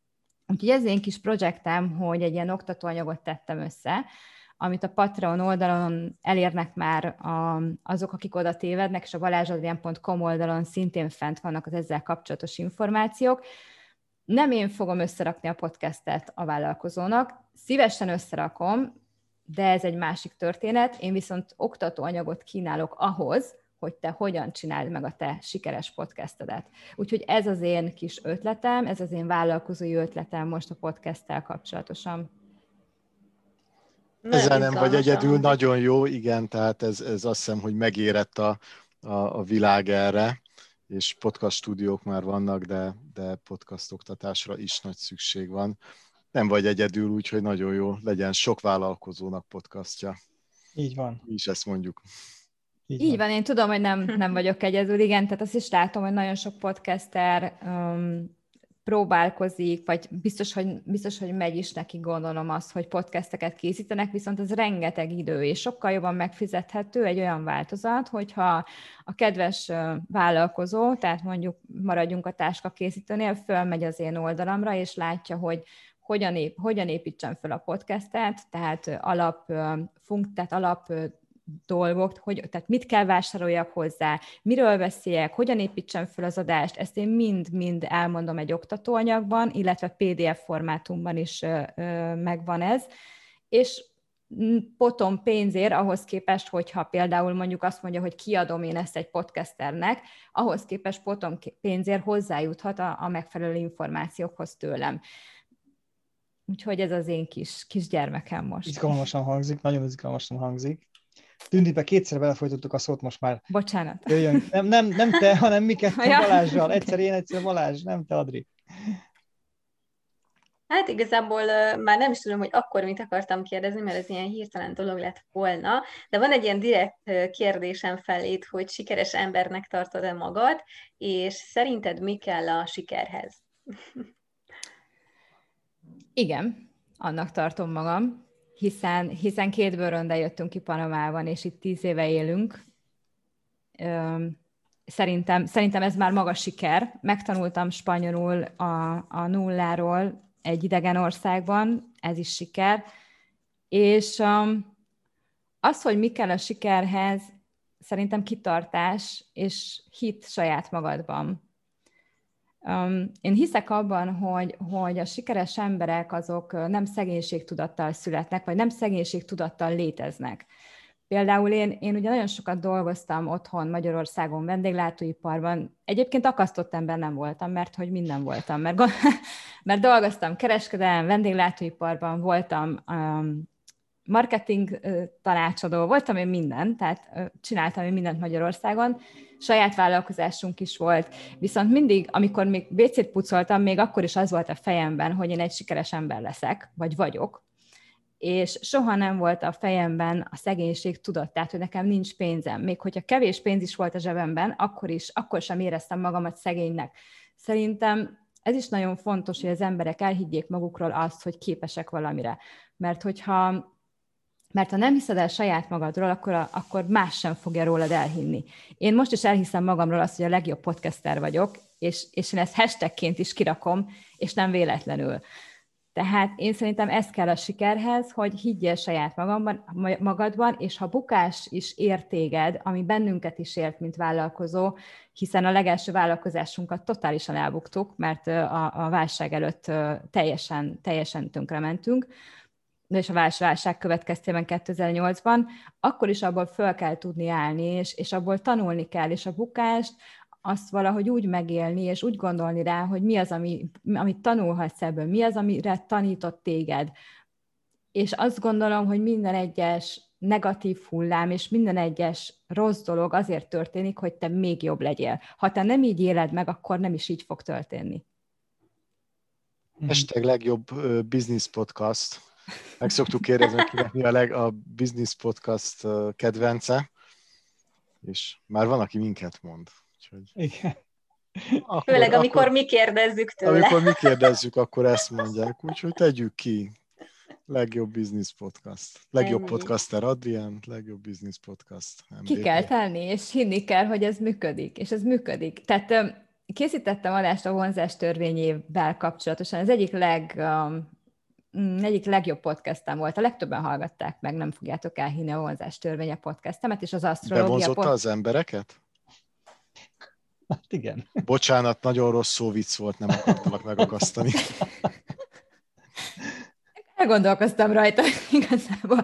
Úgyhogy ez én kis projektem, hogy egy ilyen oktatóanyagot tettem össze, amit a Patreon oldalon elérnek már a, azok, akik oda tévednek, és a balázsadrián pont com oldalon szintén fent vannak az ezzel kapcsolatos információk. Nem én fogom összerakni a podcastet a vállalkozónak, szívesen összerakom, de ez egy másik történet, én viszont oktatóanyagot kínálok ahhoz, hogy te hogyan csináld meg a te sikeres podcastedet. Úgyhogy ez az én kis ötletem, ez az én vállalkozói ötletem most a podcasttel kapcsolatosan. Ezzel nem vagy egyedül, nagyon jó, igen, tehát ez, ez azt hiszem, hogy megérett a, a, a világ erre, és podcast stúdiók már vannak, de, de podcast oktatásra is nagy szükség van. Nem vagy egyedül, úgyhogy nagyon jó, legyen sok vállalkozónak podcastja. Így van. Mi is ezt mondjuk. Így, Így van. van, én tudom, hogy nem, nem vagyok egyedül, igen, tehát azt is látom, hogy nagyon sok podcaster um, próbálkozik, vagy biztos hogy, biztos, hogy megy is neki, gondolom azt, hogy podcasteket készítenek, viszont ez rengeteg idő, és sokkal jobban megfizethető egy olyan változat, hogyha a kedves vállalkozó, tehát mondjuk maradjunk a táskakészítőnél, fölmegy az én oldalamra, és látja, hogy hogyan, ép, hogyan építsem fel a podcastet, tehát alap, funk, tehát alap dolgok, hogy, tehát mit kell vásároljak hozzá, miről beszéljek, hogyan építsem fel az adást, ezt én mind-mind elmondom egy oktatóanyagban, illetve pé dé ef formátumban is ö, ö, megvan ez, és potom pénzért ahhoz képest, hogyha például mondjuk azt mondja, hogy kiadom én ezt egy podcasternek, ahhoz képest potom pénzért hozzájuthat a, a megfelelő információkhoz tőlem. Úgyhogy ez az én kis, kis gyermekem most. Izgalmasan hangzik, nagyon izgalmasan hangzik. Tündibe kétszer belefolytottuk a szót most már. Bocsánat. Jöjjön. Nem, nem, nem te, hanem mi kettő Balázsral. Egyszer én, egyszer Balázs, nem te, Adri. Hát igazából uh, már nem is tudom, hogy akkor mit akartam kérdezni, mert ez ilyen hirtelen dolog lett volna, de van egy ilyen direkt uh, kérdésem felét, hogy sikeres embernek tartod-e magad, és szerinted mi kell a sikerhez? Igen, annak tartom magam. Hiszen, hiszen két bőröndel jöttünk ki Panamában, és itt tíz éve élünk. Szerintem, szerintem ez már maga siker. Megtanultam spanyolul a, a nulláról egy idegen országban, ez is siker. És um, az, hogy mi kell a sikerhez, szerintem kitartás és hit saját magadban. Um, én hiszek abban, hogy, hogy a sikeres emberek azok nem szegénységtudattal születnek, vagy nem szegénységtudattal léteznek. Például én, én ugye nagyon sokat dolgoztam otthon Magyarországon vendéglátóiparban. Egyébként akasztott ember nem voltam, mert hogy minden voltam. Mert, mert dolgoztam kereskedelem, vendéglátóiparban, voltam um, marketing tanácsadó, voltam én minden, tehát csináltam én mindent Magyarországon, saját vállalkozásunk is volt, viszont mindig, amikor még vé cét pucoltam, még akkor is az volt a fejemben, hogy én egy sikeres ember leszek, vagy vagyok, és soha nem volt a fejemben a szegénység tudat, tehát, hogy nekem nincs pénzem. Még hogyha kevés pénz is volt a zsebemben, akkor is, akkor sem éreztem magamat szegénynek. Szerintem ez is nagyon fontos, hogy az emberek elhiggyék magukról azt, hogy képesek valamire. Mert hogyha Mert ha nem hiszed el saját magadról, akkor, a, akkor más sem fogja rólad elhinni. Én most is elhiszem magamról azt, hogy a legjobb podcaster vagyok, és, és én ezt hashtagként is kirakom, és nem véletlenül. Tehát én szerintem ez kell a sikerhez, hogy higgyél saját magamban, magadban, és ha bukás is ér téged, ami bennünket is ért, mint vállalkozó, hiszen a legelső vállalkozásunkat totálisan elbuktuk, mert a, a válság előtt teljesen, teljesen tönkrementünk, és a válság következtében kétezer-nyolcban, akkor is abból föl kell tudni állni, és, és abból tanulni kell, és a bukást azt valahogy úgy megélni, és úgy gondolni rá, hogy mi az, ami, amit tanulhatsz ebből, mi az, amire tanított téged. És azt gondolom, hogy minden egyes negatív hullám, és minden egyes rossz dolog azért történik, hogy te még jobb legyél. Ha te nem így éled meg, akkor nem is így fog történni. Hashtag legjobb uh, business podcast. Meg szoktuk kérdezni, kinek mi a, leg, a business podcast uh, kedvence, és már van, aki minket mond. Úgyhogy... Igen. Akkor, Főleg, amikor akkor, mi kérdezzük tőle. Amikor mi kérdezzük, akkor ezt mondják. Úgyhogy tegyük ki. Legjobb business podcast. Legjobb Ennyi. Podcaster Adrián, legjobb business podcast. em bé pé. Ki kell tenni, és hinni kell, hogy ez működik, és ez működik. Tehát készítettem adást a vonzás törvényével kapcsolatosan. Az egyik leg... Um, egyik legjobb podcastem volt. A legtöbben hallgatták meg, nem fogjátok elhinni, a vonzás törvénye podcastemet, és az asztrológia... Bevonzotta pod... az embereket? Hát igen. Bocsánat, nagyon rossz szó vicc volt, nem akartalak megakasztani. Elgondolkoztam rajta igazából.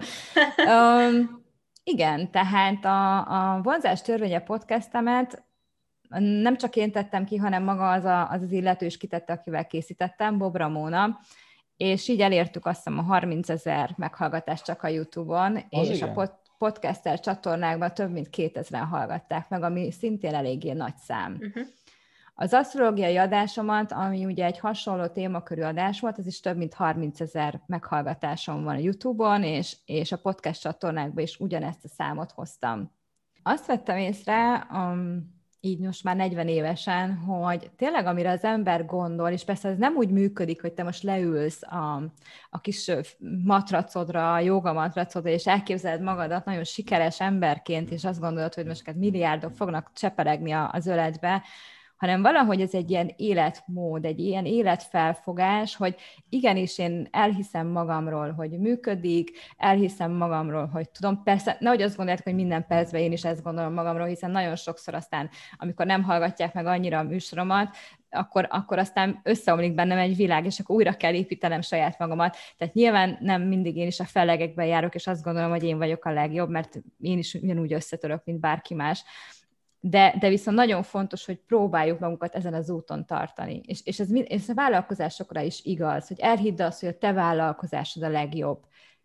Um, igen, tehát a, a vonzás törvénye podcastemet nem csak én tettem ki, hanem maga az a, az, az illető is kitette, akivel készítettem, Bob Ramona, és így elértük azt hiszem a harmincezer meghallgatást csak a YouTube-on, az és igen. a pod- podcaster csatornákban több mint kétezren hallgatták meg, ami szintén eléggé nagy szám. Uh-huh. Az asztrológiai adásomat, ami ugye egy hasonló témakörű adás volt, az is több mint harmincezer meghallgatásom van a YouTube-on, és, és a podcast csatornákban is ugyanezt a számot hoztam. Azt vettem észre, um, így most már negyven évesen, hogy tényleg amire az ember gondol, és persze ez nem úgy működik, hogy te most leülsz a, a kis matracodra, a jóga matracodra, és elképzeled magadat nagyon sikeres emberként, és azt gondolod, hogy most milliárdok fognak cseperegni az öletbe, hanem valahogy ez egy ilyen életmód, egy ilyen életfelfogás, hogy igenis én elhiszem magamról, hogy működik, elhiszem magamról, hogy tudom, persze, nehogy azt gondolják, hogy minden percben én is ezt gondolom magamról, hiszen nagyon sokszor aztán, amikor nem hallgatják meg annyira a műsoromat, akkor, akkor aztán összeomlik bennem egy világ, és akkor újra kell építenem saját magamat. Tehát nyilván nem mindig én is a fellegekben járok, és azt gondolom, hogy én vagyok a legjobb, mert én is ugyanúgy összetörök, mint bárki más. De, de viszont nagyon fontos, hogy próbáljuk magunkat ezen az úton tartani. És, és ez, ez a vállalkozásokra is igaz, hogy elhidd azt, hogy a te vállalkozásod a legjobb.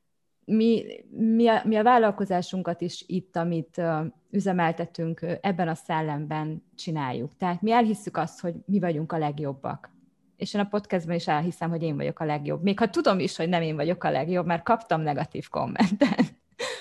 Mi, mi, a, mi a vállalkozásunkat is itt, amit uh, üzemeltetünk, uh, ebben a szellemben csináljuk. Tehát mi elhisszük azt, hogy mi vagyunk a legjobbak. És én a podcastben is elhiszem, hogy én vagyok a legjobb. Még ha tudom is, hogy nem én vagyok a legjobb, mert kaptam negatív kommentet.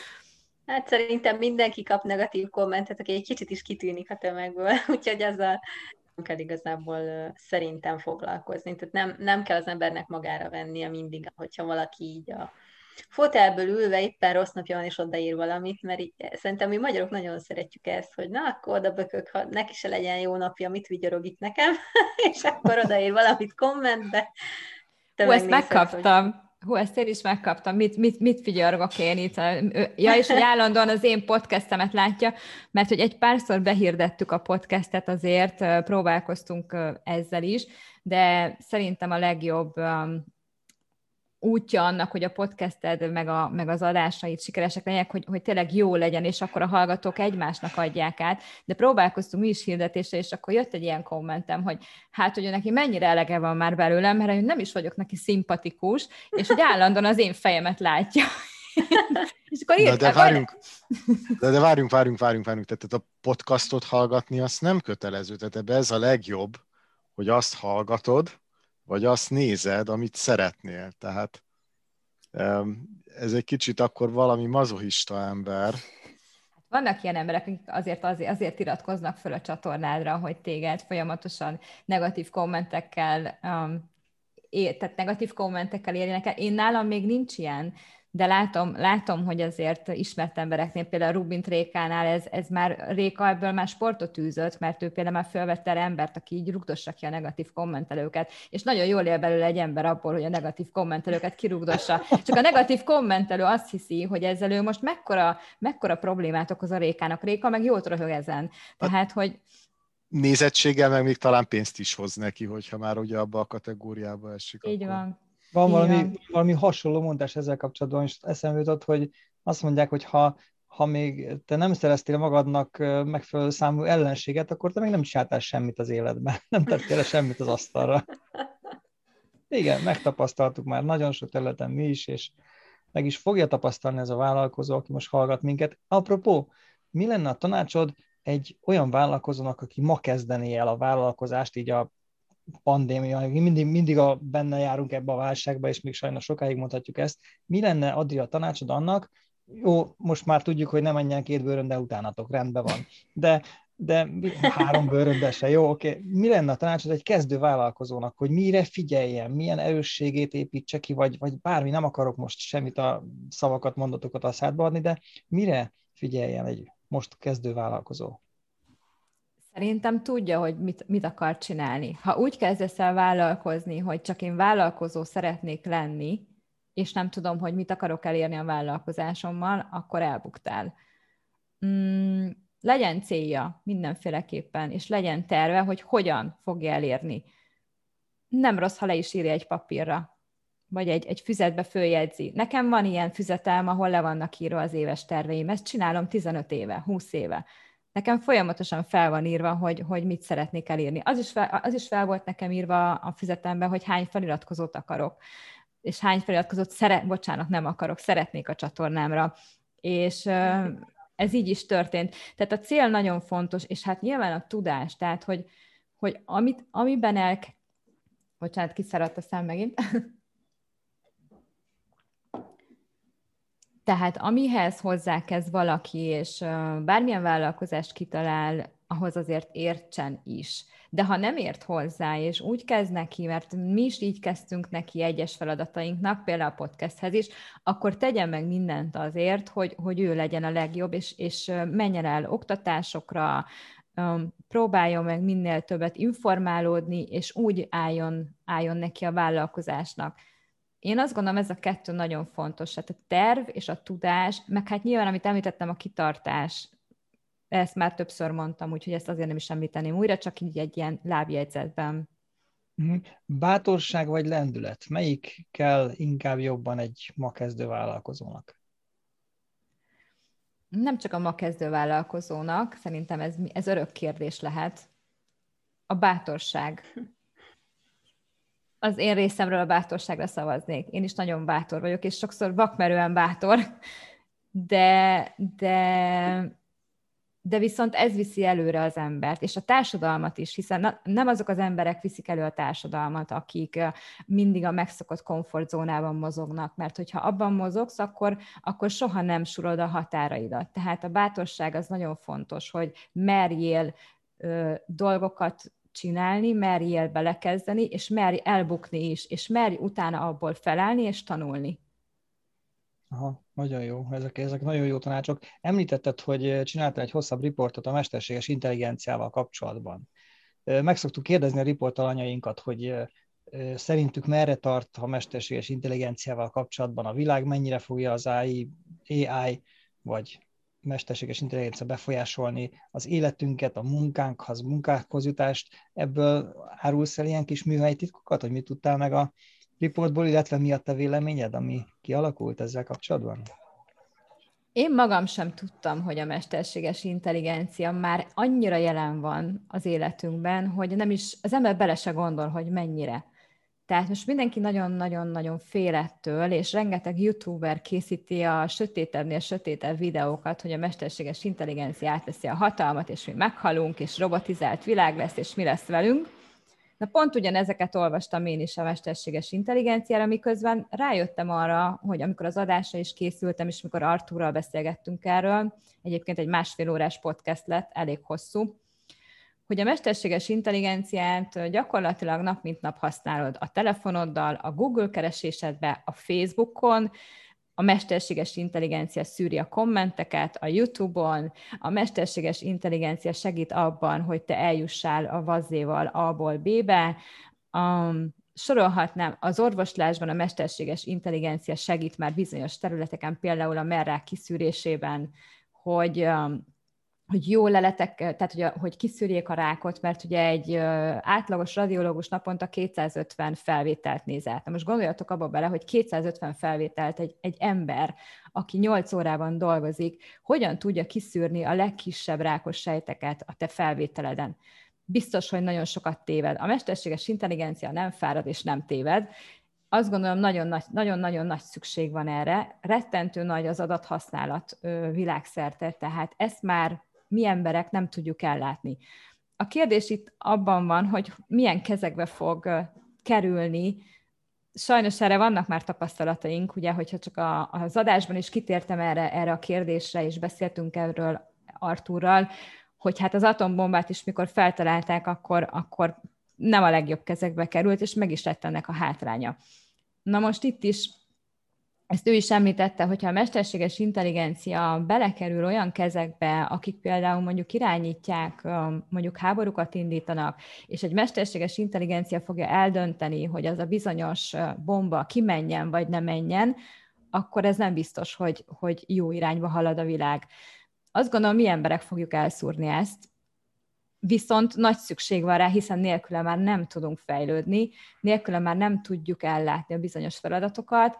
Hát szerintem mindenki kap negatív kommentet, aki egy kicsit is kitűnik a tömegből, úgyhogy ezzel nem kell igazából uh, szerintem foglalkozni. Tehát nem, nem kell az embernek magára vennie mindig, hogyha valaki így a fotelből ülve éppen rossz napja van, és odaír valamit, mert így, szerintem mi magyarok nagyon szeretjük ezt, hogy na, akkor oda bökök, ha neki se legyen jó napja, mit vigyorog itt nekem, és akkor odaír valamit kommentbe. Hú, ezt megkaptam. Hogy... Hú, ezt én is megkaptam. Mit, mit, mit figyelgok én itt? Ja, és hogy állandóan az én podcastemet látja, mert hogy egy párszor behirdettük a podcastet, azért próbálkoztunk ezzel is, de szerintem a legjobb útja annak, hogy a podcasted meg, a, meg az adásait sikeresek legyenek, hogy, hogy tényleg jó legyen, és akkor a hallgatók egymásnak adják át. De próbálkoztunk mi is hirdetésre, és akkor jött egy ilyen kommentem, hogy hát, hogy neki mennyire elege van már belőlem, mert én nem is vagyok neki szimpatikus, és hogy állandóan az én fejemet látja. És akkor írtam, de, várjunk, de, de várjunk, várjunk, várjunk, várjunk. Tehát a podcastot hallgatni, az nem kötelező. Tehát ebbe ez a legjobb, hogy azt hallgatod, vagy azt nézed, amit szeretnél. Tehát ez egy kicsit akkor valami mazochista ember. Vannak ilyen emberek, akik azért, azért, azért iratkoznak föl a csatornádra, hogy téged folyamatosan negatív kommentekkel, um, é, tehát negatív kommentekkel érjenek el. Én nálam még nincs ilyen, de látom, látom, hogy azért ismert embereknél, például Rubint Rékánál ez, ez már, Réka ebből már sportot űzött, mert ő például már fölvette el embert, aki így rugdossa ki a negatív kommentelőket, és nagyon jól él belőle egy ember abból, hogy a negatív kommentelőket kirugdossa. Csak a negatív kommentelő azt hiszi, hogy ezzel ő most mekkora, mekkora problémát okoz a Rékának. Réka meg jót röhög ezen. Tehát, hogy nézettséggel meg még talán pénzt is hoz neki, hogyha már ugye abba a kategóriába esik. Így akkor... van. Van valami, valami hasonló mondás ezzel kapcsolatban, és eszembe jutott, hogy azt mondják, hogy ha, ha még te nem szereztél magadnak megfelelő számú ellenséget, akkor te még nem csináltál semmit az életben. Nem tettél le semmit az asztalra. Igen, megtapasztaltuk már nagyon sok területen mi is, és meg is fogja tapasztalni ez a vállalkozó, aki most hallgat minket. Apropó, mi lenne a tanácsod egy olyan vállalkozónak, aki ma kezdené el a vállalkozást, így a pandémia, mindig, mindig a, benne járunk ebbe a válságba, és még sajnos sokáig mondhatjuk ezt. Mi lenne, Adri, a tanácsod annak? Jó, most már tudjuk, hogy nem menjen két bőrön, de utánatok, rendben van. De, de három bőrön, de se. Jó, oké. Okay. Mi lenne a tanácsod egy kezdő vállalkozónak, hogy mire figyeljen, milyen erősségét építse ki, vagy, vagy bármi, nem akarok most semmit a szavakat, mondatokat a szádba adni, de mire figyeljen egy most kezdő vállalkozó? Szerintem tudja, hogy mit, mit akar csinálni. Ha úgy kezdesz el vállalkozni, hogy csak én vállalkozó szeretnék lenni, és nem tudom, hogy mit akarok elérni a vállalkozásommal, akkor elbuktál. Mm, legyen célja mindenféleképpen, és legyen terve, hogy hogyan fogja elérni. Nem rossz, ha le is írja egy papírra, vagy egy, egy füzetbe följegyzi. Nekem van ilyen füzetem, ahol le vannak írva az éves terveim. Ezt csinálom tizenöt éve, húsz éve. Nekem folyamatosan fel van írva, hogy, hogy mit szeretnék elérni. Az is, fel, az is fel volt nekem írva a füzetemben, hogy hány feliratkozót akarok, és hány feliratkozót szeret, bocsánat, nem akarok, szeretnék a csatornámra. És ez így is történt. Tehát a cél nagyon fontos, és hát nyilván a tudás, tehát hogy, hogy amit, amiben el... Bocsánat, kiszaradt a szám megint. Tehát amihez hozzákezd valaki, és bármilyen vállalkozást kitalál, ahhoz azért értsen is. De ha nem ért hozzá, és úgy kezd neki, mert mi is így kezdtünk neki egyes feladatainknak, például a podcasthez is, akkor tegyen meg mindent azért, hogy, hogy ő legyen a legjobb, és, és menjen el oktatásokra, próbáljon meg minél többet informálódni, és úgy álljon, álljon neki a vállalkozásnak. Én azt gondolom, ez a kettő nagyon fontos. Tehát a terv és a tudás, meg hát nyilván, amit említettem, a kitartás, ezt már többször mondtam, úgyhogy ezt azért nem is említeném újra, csak így egy ilyen lábjegyzetben. Bátorság vagy lendület? Melyik kell inkább jobban egy ma kezdő vállalkozónak? Nem csak a ma kezdő vállalkozónak, szerintem ez, ez örök kérdés lehet. A bátorság. Az én részemről a bátorságra szavaznék. Én is nagyon bátor vagyok, és sokszor vakmerően bátor, de, de, de viszont ez viszi előre az embert, és a társadalmat is, hiszen nem azok az emberek viszik elő a társadalmat, akik mindig a megszokott komfortzónában mozognak, mert hogyha abban mozogsz, akkor, akkor soha nem surod a határaidat. Tehát a bátorság az nagyon fontos, hogy merjél ö, dolgokat csinálni, merjél belekezdeni, és merj elbukni is, és merj utána abból felállni és tanulni. Aha, nagyon jó. Ezek, ezek nagyon jó tanácsok. Említetted, hogy csináltál egy hosszabb riportot a mesterséges intelligenciával kapcsolatban. Meg szoktuk kérdezni a riportalanyainkat, hogy szerintük merre tart a mesterséges intelligenciával kapcsolatban a világ, mennyire fogja az á i, vagy mesterséges intelligencia befolyásolni az életünket, a munkánkhoz, munkákhoz jutást. Ebből árulsz el ilyen kis műhelyi titkokat, hogy mit tudtál meg a riportból, illetve mi a te véleményed, ami kialakult ezzel kapcsolatban? Én magam sem tudtam, hogy a mesterséges intelligencia már annyira jelen van az életünkben, hogy nem is, az ember bele se gondol, hogy mennyire. Tehát most mindenki nagyon-nagyon-nagyon fél ettől, és rengeteg youtuber készíti a sötétebbnél sötétebb videókat, hogy a mesterséges intelligencia átveszi a hatalmat, és mi meghalunk, és robotizált világ lesz, és mi lesz velünk. Na pont ugyanezeket olvastam én is a mesterséges intelligenciára, miközben rájöttem arra, hogy amikor az adásra is készültem, és mikor Artúrral beszélgettünk erről, egyébként egy másfél órás podcast lett, elég hosszú, hogy a mesterséges intelligenciát gyakorlatilag nap mint nap használod a telefonoddal, a Google keresésedben, a Facebookon, a mesterséges intelligencia szűri a kommenteket, a YouTube-on, a mesterséges intelligencia segít abban, hogy te eljussál a vazzéval A-ból B-be, um, sorolhatnám, az orvoslásban a mesterséges intelligencia segít már bizonyos területeken, például a merrák kiszűrésében, hogy... Um, hogy jó leletek, tehát hogy, hogy kiszűrjék a rákot, mert ugye egy átlagos radiológus naponta kétszázötven felvételt néz át. Na most gondoljatok abba bele, hogy kétszázötven felvételt egy, egy ember, aki nyolc órában dolgozik, hogyan tudja kiszűrni a legkisebb rákos sejteket a te felvételeden. Biztos, hogy nagyon sokat téved. A mesterséges intelligencia nem fárad és nem téved. Azt gondolom, nagyon-nagyon nagy szükség van erre. Rettentő nagy az adathasználat világszerte, tehát ezt már mi emberek nem tudjuk ellátni. A kérdés itt abban van, hogy milyen kezekbe fog kerülni. Sajnos erre vannak már tapasztalataink, ugye, hogyha csak a, az adásban is kitértem erre, erre a kérdésre, és beszéltünk erről Artúrral, hogy hát az atombombát is mikor feltalálták, akkor, akkor nem a legjobb kezekbe került, és meg is lett ennek a hátránya. Na most itt is ezt ő is említette, hogyha a mesterséges intelligencia belekerül olyan kezekbe, akik például mondjuk irányítják, mondjuk háborúkat indítanak, és egy mesterséges intelligencia fogja eldönteni, hogy az a bizonyos bomba kimenjen, vagy ne menjen, akkor ez nem biztos, hogy, hogy jó irányba halad a világ. Azt gondolom, mi emberek fogjuk elszúrni ezt, viszont nagy szükség van rá, hiszen nélküle már nem tudunk fejlődni, nélküle már nem tudjuk ellátni a bizonyos feladatokat,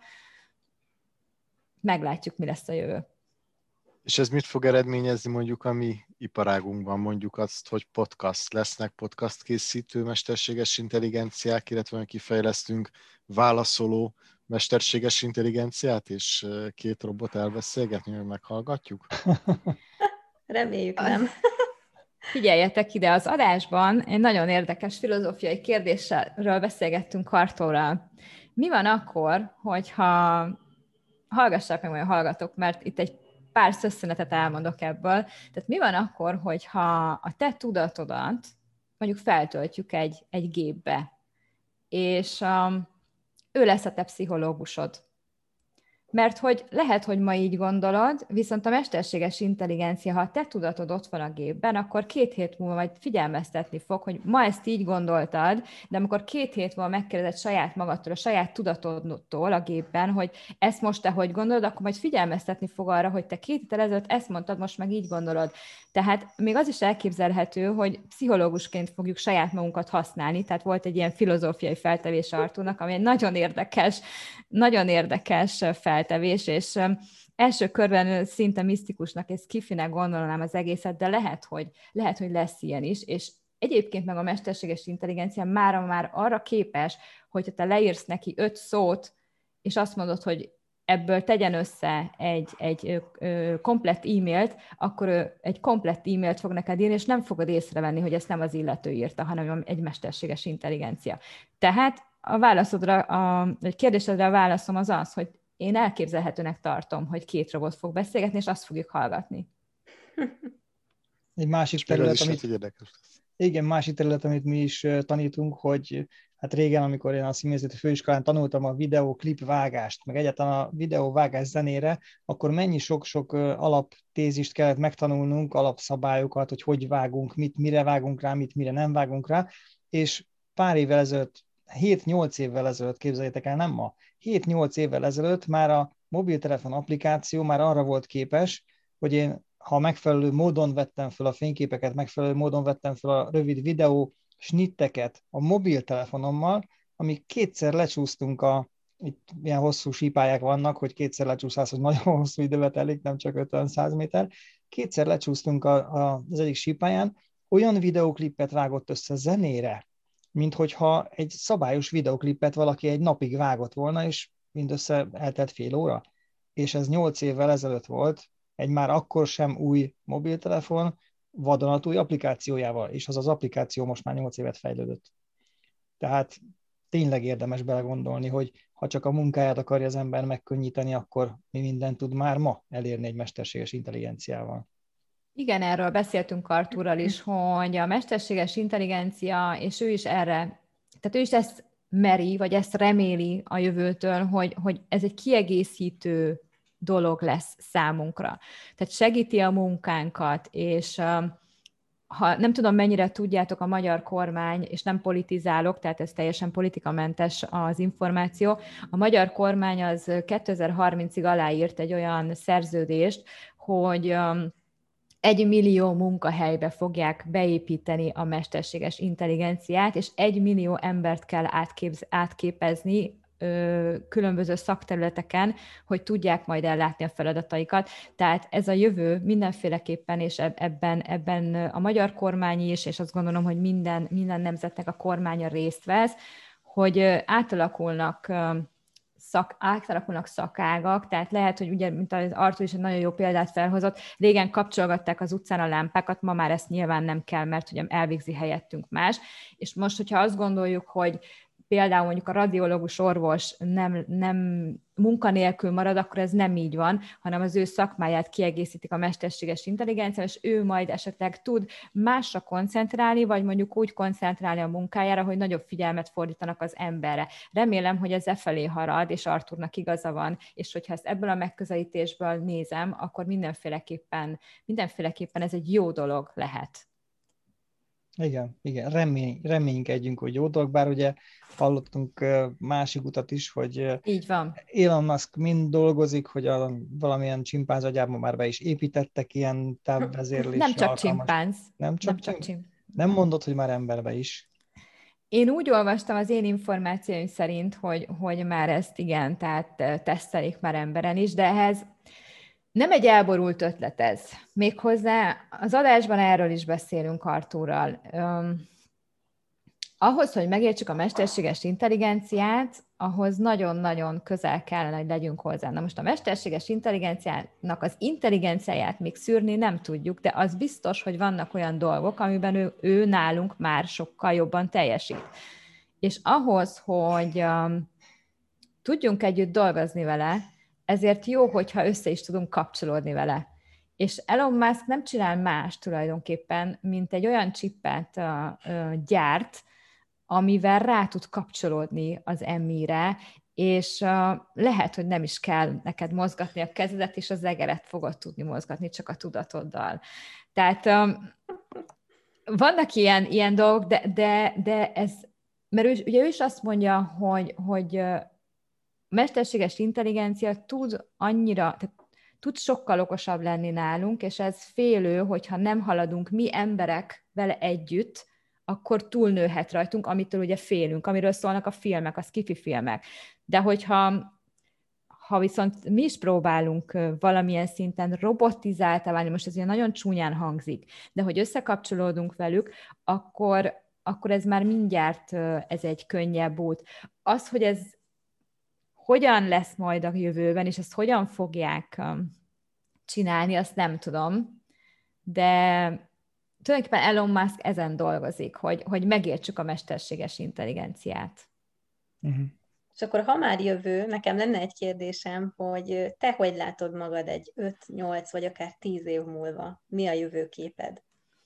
meglátjuk, mi lesz a jövő. És ez mit fog eredményezni mondjuk a mi iparágunkban, mondjuk azt, hogy podcast lesznek, podcast készítő mesterséges intelligenciák, illetve kifejlesztünk válaszoló mesterséges intelligenciát, és két robot elbeszélgetni, meg meghallgatjuk? Reméljük nem. Figyeljetek ide, az adásban egy nagyon érdekes filozófiai kérdésről beszélgettünk Artúrral. Mi van akkor, hogyha hallgassák meg, majd hallgatok, mert itt egy pár szösszenetet elmondok ebből. Tehát mi van akkor, hogyha a te tudatodat mondjuk feltöltjük egy, egy gépbe, és um, ő lesz a te pszichológusod. Mert hogy lehet, hogy ma így gondolod, viszont a mesterséges intelligencia, ha a te tudatod ott van a gépben, akkor két hét múlva majd figyelmeztetni fog, hogy ma ezt így gondoltad, de amikor két hét múlva megkérdezed saját magadtól, a saját tudatodtól a gépben, hogy ezt most te hogy gondolod, akkor majd figyelmeztetni fog arra, hogy te két héttel ezelőtt ezt mondtad, most meg így gondolod. Tehát még az is elképzelhető, hogy pszichológusként fogjuk saját magunkat használni, tehát volt egy ilyen filozófiai feltevés Artúrnak, ami egy nagyon érdekes, nagyon érdekes feltevés, és első körben szinte misztikusnak és skifinek gondolnám az egészet, de lehet, hogy, lehet, hogy lesz ilyen is, és egyébként meg a mesterséges intelligencia mára már arra képes, hogyha te leírsz neki öt szót, és azt mondod, hogy ebből tegyen össze egy, egy ö, komplett e-mailt, akkor ő egy komplett e-mailt fog neked írni, és nem fogod észrevenni, hogy ezt nem az illető írta, hanem egy mesterséges intelligencia. Tehát a válaszodra, a, a kérdésedre a válaszom az az, hogy én elképzelhetőnek tartom, hogy két robot fog beszélgetni, és azt fogjuk hallgatni. Egy másik terület, amit, igen, másik terület, amit mi is tanítunk, hogy hát régen, amikor én a színmészeti főiskolán tanultam a videóklip vágást, meg egyáltalán a videóvágás zenére, akkor mennyi sok-sok alaptézist kellett megtanulnunk, alapszabályokat, hogy hogy vágunk, mit, mire vágunk rá, mit, mire nem vágunk rá, és pár évvel ezelőtt, hét-nyolc évvel ezelőtt, képzeljétek el, nem ma, hét-nyolc évvel ezelőtt már a mobiltelefon applikáció már arra volt képes, hogy én, ha megfelelő módon vettem fel a fényképeket, megfelelő módon vettem fel a rövid videó snitteket a mobiltelefonommal, amíg kétszer lecsúsztunk a, itt ilyen hosszú sípályák vannak, hogy kétszer lecsúszás, hogy nagyon hosszú időbe telik, nem csak ötven-száz méter, kétszer lecsúsztunk a, a, az egyik sípályán, olyan videóklipet vágott össze zenére, mint hogyha egy szabályos videóklipet valaki egy napig vágott volna, és mindössze eltelt fél óra. És ez nyolc évvel ezelőtt volt, egy már akkor sem új mobiltelefon, vadonatúj applikációjával, és az az applikáció most már nyolc évet fejlődött. Tehát tényleg érdemes belegondolni, hogy ha csak a munkáját akarja az ember megkönnyíteni, akkor mi mindent tud már ma elérni egy mesterséges intelligenciával. Igen, erről beszéltünk Artúrral is, hogy a mesterséges intelligencia, és ő is erre, tehát ő is ezt meri, vagy ezt reméli a jövőtől, hogy, hogy ez egy kiegészítő dolog lesz számunkra. Tehát segíti a munkánkat, és ha nem tudom, mennyire tudjátok, a magyar kormány, és nem politizálok, tehát ez teljesen politikamentes az információ, a magyar kormány az kétezer-harmincig aláírt egy olyan szerződést, hogy egy millió munkahelybe fogják beépíteni a mesterséges intelligenciát, és egy millió embert kell átképz, átképezni ö, különböző szakterületeken, hogy tudják majd ellátni a feladataikat. Tehát ez a jövő mindenféleképpen, és ebben, ebben a magyar kormány is, és azt gondolom, hogy minden, minden nemzetnek a kormánya részt vesz, hogy átalakulnak Szak, átalakulnak szakágak, tehát lehet, hogy ugye, mint az Artúr is egy nagyon jó példát felhozott, régen kapcsolgatták az utcán a lámpákat, ma már ezt nyilván nem kell, mert ugye elvégzi helyettünk más, és most, hogyha azt gondoljuk, hogy például mondjuk a radiológus orvos nem, nem munkanélkül marad, akkor ez nem így van, hanem az ő szakmáját kiegészítik a mesterséges intelligencia, és ő majd esetleg tud másra koncentrálni, vagy mondjuk úgy koncentrálni a munkájára, hogy nagyobb figyelmet fordítanak az emberre. Remélem, hogy ez e felé harad, és Artúrnak igaza van, és hogyha ezt ebből a megközelítésből nézem, akkor mindenféleképpen, mindenféleképpen ez egy jó dolog lehet. Igen, igen, remény, reménykedjünk, hogy jó dolog, bár ugye hallottunk másik utat is, hogy így van. Elon Musk mind dolgozik, hogy a, valamilyen csimpánz agyában már be is építettek ilyen távvezérlésre. Nem csak alkalmas. csimpánz. Nem csak, nem csak csimpánz. Nem mondod, hogy már emberbe is. Én úgy olvastam az én információim szerint, hogy, hogy már ezt igen, tehát tesztelik már emberen is, de ehhez nem egy elborult ötlet ez. Méghozzá az adásban erről is beszélünk Artúrral. Um, ahhoz, hogy megértsük a mesterséges intelligenciát, ahhoz nagyon-nagyon közel kellene, hogy legyünk hozzá. Na most a mesterséges intelligenciának az intelligenciáját még szűrni nem tudjuk, de az biztos, hogy vannak olyan dolgok, amiben ő, ő nálunk már sokkal jobban teljesít. És ahhoz, hogy um, tudjunk együtt dolgozni vele, ezért jó, hogyha össze is tudunk kapcsolódni vele. És Elon Musk nem csinál más tulajdonképpen, mint egy olyan csippet uh, uh, gyárt, amivel rá tud kapcsolódni az emmire, és uh, lehet, hogy nem is kell neked mozgatni a kezedet, és az egeret fogod tudni mozgatni csak a tudatoddal. Tehát um, vannak ilyen, ilyen dolgok, de, de, de ez, mert ő, ugye ő is azt mondja, hogy, hogy uh, mesterséges intelligencia tud annyira, tehát tud sokkal okosabb lenni nálunk, és ez félő, hogyha nem haladunk mi emberek vele együtt, akkor túlnőhet rajtunk, amitől ugye félünk, amiről szólnak a filmek, a sci-fi filmek. De hogyha ha viszont mi is próbálunk valamilyen szinten robotizáltá válni, most ez ugye nagyon csúnyán hangzik, de hogy összekapcsolódunk velük, akkor, akkor ez már mindjárt ez egy könnyebb út. Az, hogy ez hogyan lesz majd a jövőben, és ezt hogyan fogják csinálni, azt nem tudom, de tulajdonképpen Elon Musk ezen dolgozik, hogy, hogy megértsük a mesterséges intelligenciát. Uh-huh. És akkor, ha már jövő, nekem lenne egy kérdésem, hogy te hogy látod magad egy öt-nyolc vagy akár tíz év múlva? Mi a jövőképed?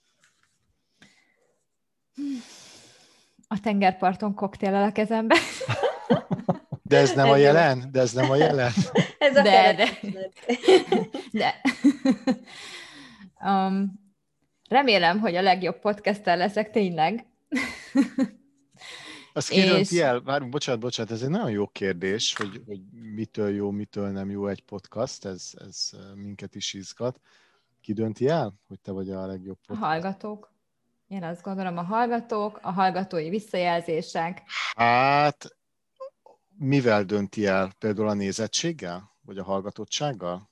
A tengerparton koktéllal a kezembe. De ez nem ez a jelen? De ez nem a jelen? Ez a de, de. de. um, remélem, hogy a legjobb podcaster leszek tényleg. Azt kidönti és... el, várjunk, bocsánat, bocsánat, ez egy nagyon jó kérdés, hogy, hogy mitől jó, mitől nem jó egy podcast, ez, ez minket is izgat. Ki dönti el, hogy te vagy a legjobb podcast? A hallgatók. Én azt gondolom, a hallgatók, a hallgatói visszajelzések. Hát, mivel dönti el? Például a nézettséggel? Vagy a hallgatottsággal?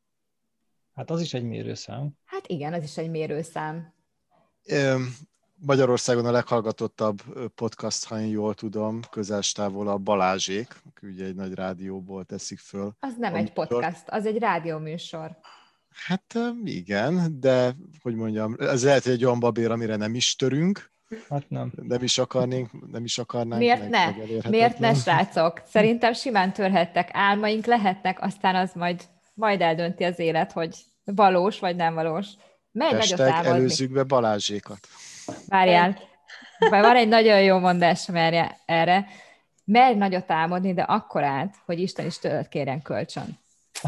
Hát az is egy mérőszám. Hát igen, az is egy mérőszám. Magyarországon a leghallgatottabb podcast, ha én jól tudom, közelstávolal a Balázsék, aki ugye egy nagy rádióból teszik föl. Az nem egy podcast, az egy rádióműsor. Hát igen, de hogy mondjam, ez lehet, hogy egy olyan babér, amire nem is törünk. Hát nem. Nem is akarnénk, nem is akarnánk. Miért meg, ne? meg Miért ne, srácok? Szerintem simán törhettek, álmaink lehetnek, aztán az majd, majd eldönti az élet, hogy valós vagy nem valós. Menj nagyot álmodni. Előzzük be Balázsékat. Várjál. Van egy nagyon jó mondásom erre. Merj nagyot álmodni, de akkorát, hogy Isten is tőled kérjen kölcsön.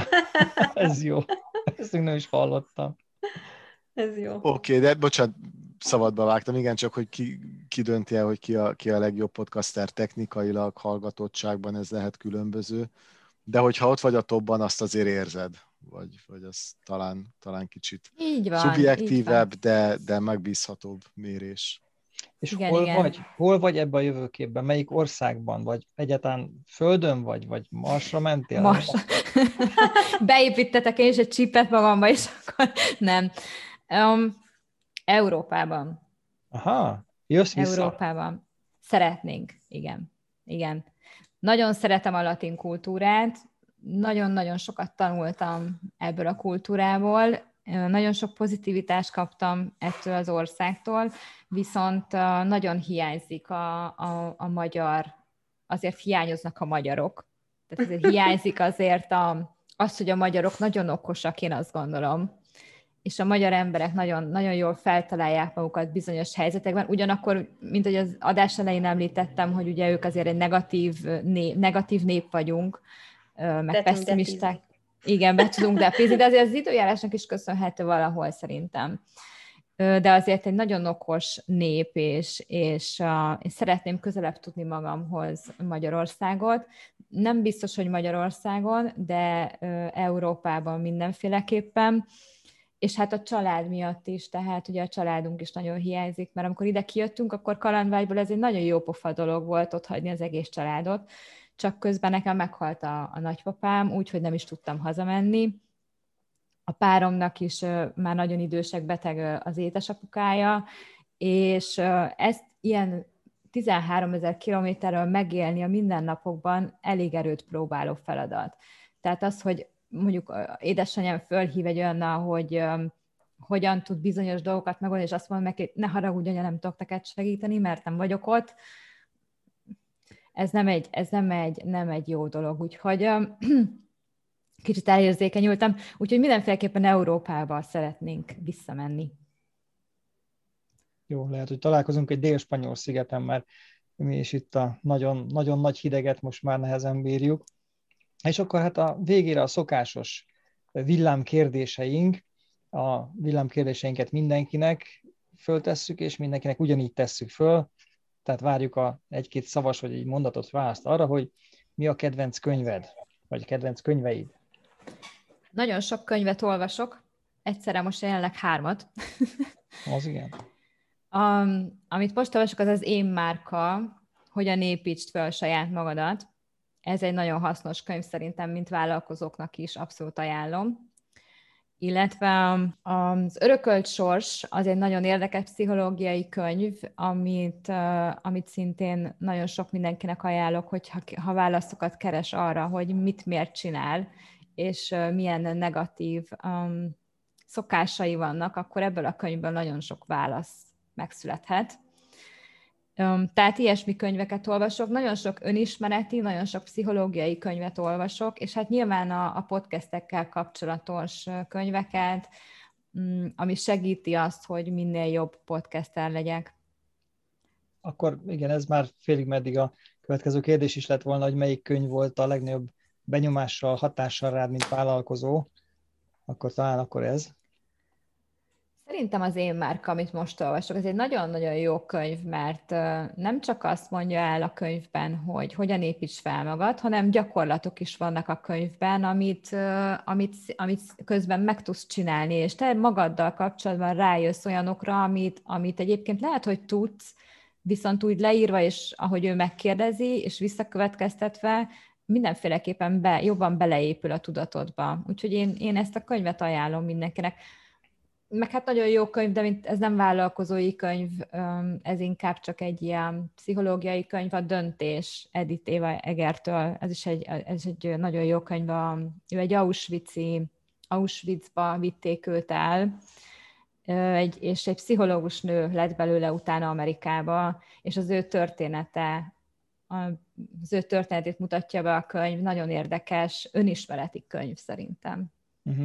Ez jó. Ezt még nem is hallottam. Ez jó. Oké, okay, de bocsánat, szabadba vágtam, igen, csak hogy ki, ki dönti el, hogy ki a, ki a legjobb podcaster technikailag, hallgatottságban, ez lehet különböző. De hogyha ott vagy a topban, azt azért érzed, vagy, vagy az talán, talán kicsit így van, szubjektívebb, így de, de megbízhatóbb mérés. És igen, hol, igen. Vagy, hol vagy ebben a jövőképben? Melyik országban? Vagy egyáltalán Földön vagy? Vagy Marsra mentél? Mars. Beépítetek én is egy csipet magamba, és akkor nem. Um, Európában. Aha, jössz vissza? Európában. Szeretnénk, igen. Igen. Nagyon szeretem a latin kultúrát, nagyon-nagyon sokat tanultam ebből a kultúrából, nagyon sok pozitivitást kaptam ettől az országtól, viszont nagyon hiányzik a, a, a magyar azért hiányoznak a magyarok. Tehát azért hiányzik azért a, az, hogy a magyarok nagyon okosak, én azt gondolom. És a magyar emberek nagyon, nagyon jól feltalálják magukat bizonyos helyzetekben. Ugyanakkor, mint hogy az adás elején említettem, hogy ugye ők azért egy negatív nép, negatív nép vagyunk, meg pessimisták. Igen, be tudunk depizni, de azért az időjárásnak is köszönhető valahol szerintem. De azért egy nagyon okos nép, és, és, és szeretném közelebb tudni magamhoz Magyarországot. Nem biztos, hogy Magyarországon, de Európában mindenféleképpen. És hát a család miatt is, tehát ugye a családunk is nagyon hiányzik, mert amikor ide kijöttünk, akkor Kalandvágyból ez egy nagyon jó pofa dolog volt ott hagyni az egész családot, csak közben nekem meghalt a, a nagypapám, úgyhogy nem is tudtam hazamenni. A páromnak is már nagyon idősek, beteg az édesapukája, és ezt ilyen tizenháromezer kilométerről megélni a mindennapokban elég erőt próbáló feladat. Tehát az, hogy mondjuk édesanyám fölhív egy olyannal, hogy um, hogyan tud bizonyos dolgokat megoldani, és azt mondom neki, hogy ne haragudj, anya, nem tudok neked segíteni, mert nem vagyok ott. Ez nem egy, ez nem egy, nem egy jó dolog, úgyhogy um, kicsit elérzékenyültem, úgyhogy mindenféleképpen Európába szeretnénk visszamenni. Jó, lehet, hogy találkozunk egy dél-spanyol szigeten, mert mi is itt a nagyon, nagyon nagy hideget most már nehezen bírjuk. És akkor hát a végére a szokásos villámkérdéseink, a villámkérdéseinket mindenkinek föltesszük, és mindenkinek ugyanígy tesszük föl, tehát várjuk a egy-két szavas vagy egy mondatot választ arra, hogy mi a kedvenc könyved, vagy kedvenc könyveid. Nagyon sok könyvet olvasok, egyszerre most jelenleg hármat. Az igen. Um, amit most olvasok, az az Én márka, hogyan építsd fel saját magadat. Ez egy nagyon hasznos könyv szerintem, mint vállalkozóknak is, abszolút ajánlom. Illetve az Örökölt sors az egy nagyon érdekes pszichológiai könyv, amit, amit szintén nagyon sok mindenkinek ajánlok, hogy ha, ha válaszokat keres arra, hogy mit miért csinál, és milyen negatív um, szokásai vannak, akkor ebből a könyvből nagyon sok válasz megszülethet. Tehát ilyesmi könyveket olvasok, nagyon sok önismereti, nagyon sok pszichológiai könyvet olvasok, és hát nyilván a, a podcastekkel kapcsolatos könyveket, ami segíti azt, hogy minél jobb podcaster legyek. Akkor igen, ez már félig meddig a következő kérdés is lett volna, hogy melyik könyv volt a legnagyobb benyomással, hatással rád, mint vállalkozó, akkor talán akkor ez. Szerintem az Én márka, amit most olvasok, ez egy nagyon-nagyon jó könyv, mert nem csak azt mondja el a könyvben, hogy hogyan építs fel magad, hanem gyakorlatok is vannak a könyvben, amit, amit, amit közben meg tudsz csinálni, és te magaddal kapcsolatban rájössz olyanokra, amit, amit egyébként lehet, hogy tudsz, viszont úgy leírva, és ahogy ő megkérdezi, és visszakövetkeztetve, mindenféleképpen be, jobban beleépül a tudatodba. Úgyhogy én, én ezt a könyvet ajánlom mindenkinek. Meg hát nagyon jó könyv, de mint ez nem vállalkozói könyv, ez inkább csak egy ilyen pszichológiai könyv, a Döntés, Edith Éva Egertől. Ez is egy, ez egy nagyon jó könyv. Ő egy auschwitzi, Auschwitzba vitték őt el, egy, és egy pszichológus nő lett belőle utána Amerikába, és az ő története, az ő történetét mutatja be a könyv, nagyon érdekes, önismereti könyv szerintem. Uh-huh.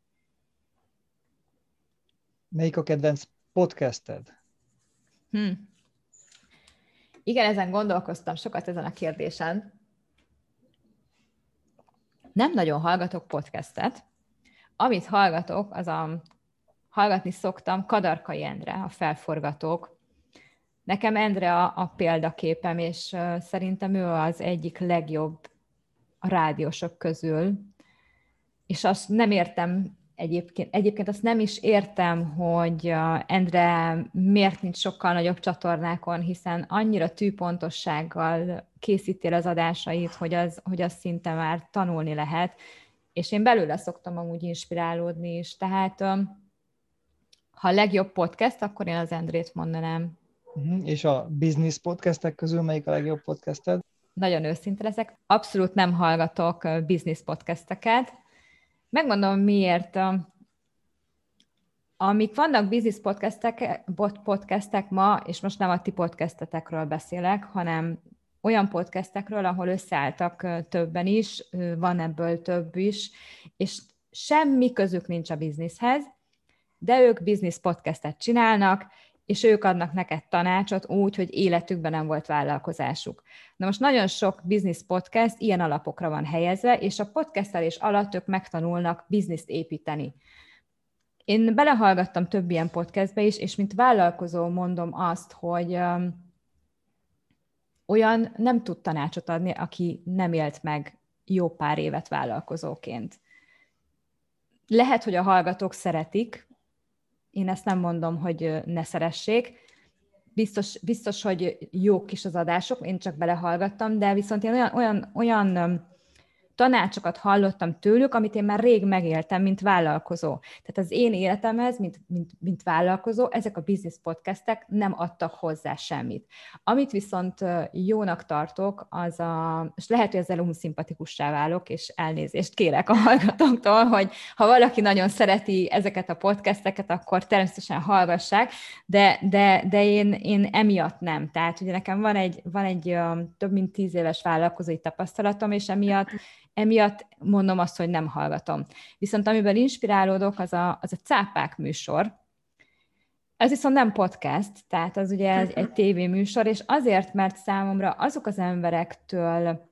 Melyik a kedvenc podcasted? Hm. Igen, ezen gondolkoztam sokat ezen a kérdésen. Nem nagyon hallgatok podcastet. Amit hallgatok, az a hallgatni szoktam Kadarkai Endre, a Felforgatók. Nekem Endre a, a példaképem, és uh, szerintem ő az egyik legjobb a rádiósok közül. És azt nem értem, Egyébként, egyébként azt nem is értem, hogy Endre miért nincs sokkal nagyobb csatornákon, hiszen annyira tűpontossággal készítél az adásait, hogy az, hogy az szinte már tanulni lehet, és én belőle szoktam amúgy inspirálódni is. Tehát ha a legjobb podcast, akkor én az Endrét mondanám. Uh-huh. És a business podcastek közül melyik a legjobb podcasted? Nagyon őszinte leszek. Abszolút nem hallgatok business podcasteket. Megmondom miért. Amik vannak business podcastek, podcastek ma, és most nem a ti podcastetekről beszélek, hanem olyan podcastekről, ahol összeálltak többen is, van ebből több is, és semmi közük nincs a bizniszhez, de ők biznisz podcastet csinálnak, és ők adnak neked tanácsot úgy, hogy életükben nem volt vállalkozásuk. Na most nagyon sok business podcast ilyen alapokra van helyezve, és a podcastelés alatt ők megtanulnak bizniszt építeni. Én belehallgattam több ilyen podcastbe is, és mint vállalkozó mondom azt, hogy um, olyan nem tud tanácsot adni, aki nem élt meg jó pár évet vállalkozóként. Lehet, hogy a hallgatók szeretik, én ezt nem mondom, hogy ne szeressék. Biztos, biztos, hogy jók is az adások, én csak belehallgattam, de viszont én olyan, olyan, olyan tanácsokat hallottam tőlük, amit én már rég megéltem, mint vállalkozó. Tehát az én életemhez, mint, mint, mint vállalkozó, ezek a business podcastek nem adtak hozzá semmit. Amit viszont jónak tartok, az a, és lehet, hogy ezzel unszimpatikussá válok, és elnézést kérek a hallgatóktól, hogy ha valaki nagyon szereti ezeket a podcasteket, akkor természetesen hallgassák, de, de, de én, én emiatt nem. Tehát ugye nekem van egy, van egy um, több mint tíz éves vállalkozói tapasztalatom, és emiatt Emiatt mondom azt, hogy nem hallgatom. Viszont amiben inspirálódok, az a, az a Cápák műsor. Ez viszont nem podcast, tehát az ugye egy, egy tévéműsor, és azért, mert számomra azok az emberektől,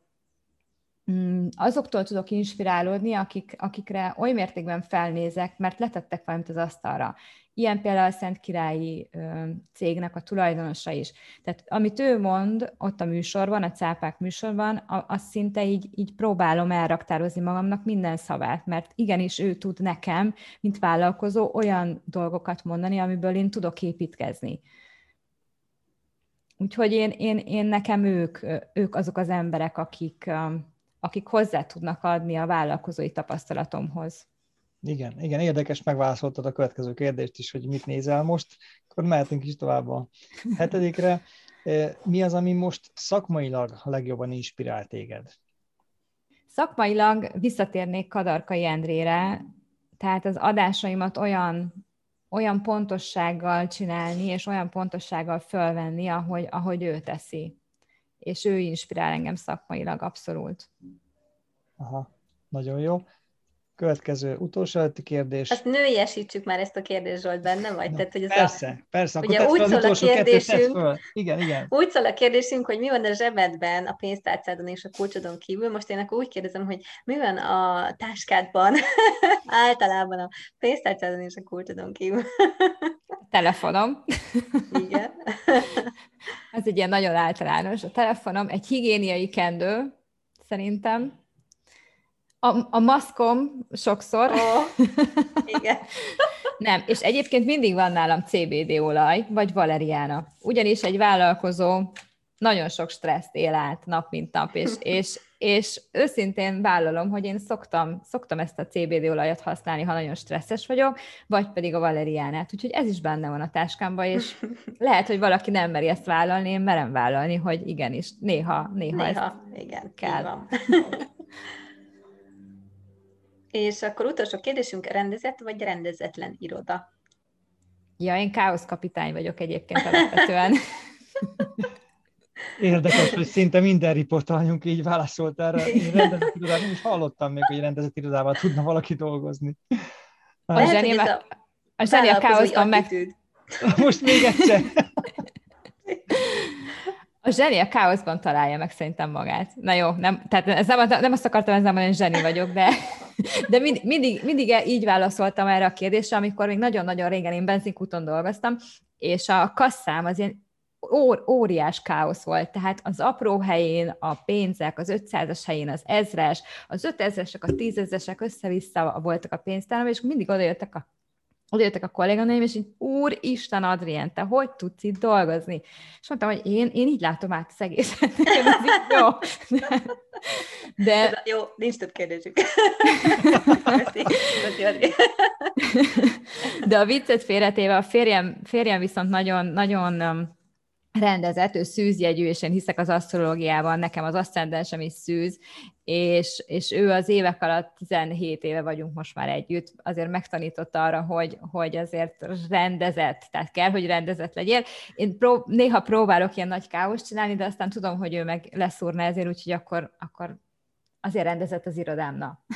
azoktól tudok inspirálódni, akik, akikre oly mértékben felnézek, mert letettek valamit az asztalra. Ilyen például a Szentkirályi cégnek a tulajdonosa is. Tehát amit ő mond ott a műsorban, a Cápák műsorban, azt szinte így, így próbálom elraktározni magamnak minden szavát, mert igenis ő tud nekem, mint vállalkozó, olyan dolgokat mondani, amiből én tudok építkezni. Úgyhogy én, én, én nekem ők, ők azok az emberek, akik, akik hozzá tudnak adni a vállalkozói tapasztalatomhoz. Igen, igen, érdekes, megválaszoltad a következő kérdést is, hogy mit nézel most, akkor mehetünk is tovább a hetedikre. Mi az, ami most szakmailag a legjobban inspirál téged? Szakmailag visszatérnék Kadarkai Endrére, tehát az adásaimat olyan, olyan pontossággal csinálni, és olyan pontossággal fölvenni, ahogy, ahogy ő teszi. És ő inspirál engem szakmailag, abszolút. Aha, nagyon jó. Következő, utolsó előtti kérdés. Azt nőiesítsük már ezt a kérdést, Zsolt, benne vagy? Na, Tehát, hogy ez persze, a, persze. Akkor ugye úgy az szól a kérdésünk, igen, igen. úgy szól a kérdésünk, hogy mi van a zsebedben, a pénztárcádon és a kulcsodon kívül. Most én akkor úgy kérdezem, hogy mi van a táskádban, általában a pénztárcádon és a kulcsodon kívül. A telefonom. Igen. Ez egy ilyen nagyon általános. A telefonom egy higiéniai kendő, szerintem. A, a maszkom sokszor. Oh, igen. Nem, és egyébként mindig van nálam cé bé dé olaj, vagy valeriána. Ugyanis egy vállalkozó nagyon sok stresszt él át nap mint nap, és, és, és őszintén vállalom, hogy én szoktam, szoktam ezt a cé bé dé olajat használni, ha nagyon stresszes vagyok, vagy pedig a valeriánát. Úgyhogy ez is benne van a táskámban, és lehet, hogy valaki nem meri ezt vállalni, én merem vállalni, hogy igenis, néha, néha, néha igen, kell. Van. És akkor utolsó kérdésünk, rendezett vagy rendezetlen iroda? Ja, én káoszkapitány vagyok egyébként alapvetően. Érdekes, hogy szinte minden riportalanyunk így válaszolt erre. Én rendezett irodában nem is hallottam még, hogy rendezett irodával tudna valaki dolgozni. A zseni a, a, zseni a káoszban meg... Most még egyszer. A zseni a káoszban találja meg szerintem magát. Na jó, nem, tehát ez nem, nem azt akartam ezzel mondani, hogy zseni vagyok, de, de mind, mindig, mindig így válaszoltam erre a kérdésre, amikor még nagyon-nagyon régen én benzinkúton dolgoztam, és a kasszám az ilyen ó, óriás káosz volt, tehát az apró helyén a pénzek, az ötszázas helyén az ezres, az ötezresek, a tízezresek össze-vissza voltak a pénztáram, és mindig odajöttek a Oda jöttek a kolléganőim, és így, úristen, Adrien, te hogy tudsz itt dolgozni? És mondtam, hogy én, én így látom át az egészet. Jó. De... De... Jó, nincs több kérdésük. De a viccet félretéve, a férjem, férjem viszont nagyon, nagyon rendezett, ő szűzjegyű, és én hiszek az asztrológiában, nekem az aszcendensem is szűz, és, és ő az évek alatt, tizenhét éve vagyunk most már együtt, azért megtanította arra, hogy, hogy azért rendezett, tehát kell, hogy rendezett legyél. Én prób- néha próbálok ilyen nagy káoszt csinálni, de aztán tudom, hogy ő meg leszúrna ezért, úgyhogy akkor, akkor azért rendezett az irodámna.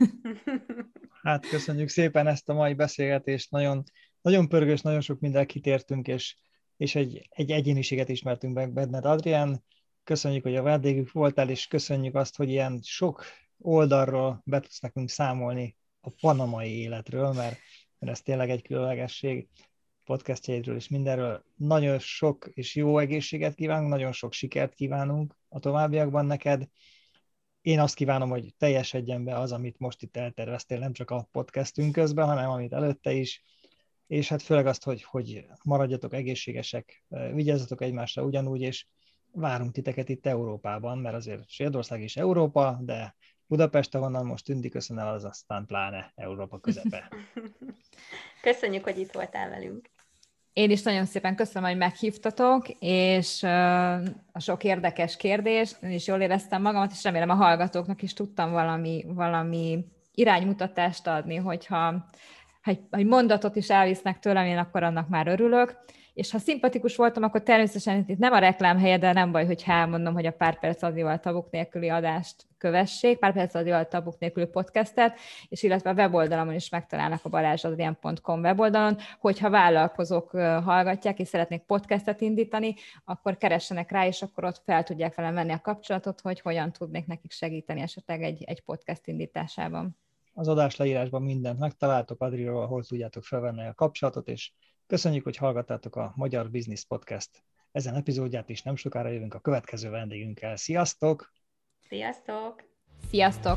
Hát köszönjük szépen ezt a mai beszélgetést, nagyon, nagyon pörgős, nagyon sok mindent kitértünk, és, és egy, egy egyéniséget ismertünk meg benned, Adrián. Köszönjük, hogy a vendégük voltál, és köszönjük azt, hogy ilyen sok oldalról be tudsz nekünk számolni a panamai életről, mert, mert ez tényleg egy különlegesség, podcastjaidról és mindenről. Nagyon sok és jó egészséget kívánunk, nagyon sok sikert kívánunk a továbbiakban neked. Én azt kívánom, hogy teljesedjen be az, amit most itt elterveztél, nem csak a podcastünk közben, hanem amit előtte is, és hát főleg azt, hogy, hogy maradjatok egészségesek, vigyázzatok egymásra ugyanúgy, és várunk titeket itt Európában, mert azért Svédország is Európa, de Budapest, ahonnan most Tündi köszön el, az aztán pláne Európa közepe. Köszönjük, hogy itt voltál velünk. Én is nagyon szépen köszönöm, hogy meghívtatok, és a sok érdekes kérdés, én is jól éreztem magamat, és remélem a hallgatóknak is tudtam valami, valami iránymutatást adni, hogyha egy mondatot is elvisznek tőlem, én akkor annak már örülök. És ha szimpatikus voltam, akkor természetesen itt nem a reklám helye, de nem baj, hogy elmondom, hogy a Pár perc Adrival tabuk nélküli adást kövessék, Pár perc Adrival tabuk nélküli podcastet, és illetve a weboldalamon is megtalálnak a balázsadrián pont com weboldalon, hogyha vállalkozók hallgatják, és szeretnék podcastet indítani, akkor keressenek rá, és akkor ott fel tudják velem venni a kapcsolatot, hogy hogyan tudnék nekik segíteni esetleg egy, egy podcast indításában. Az adás leírásban mindent megtaláltok, Adrival, ahol tudjátok felvenni a kapcsolatot, és köszönjük, hogy hallgattátok a Magyar Business Podcast ezen epizódját, és nem sokára jövünk a következő vendégünkkel. Sziasztok! Sziasztok! Sziasztok!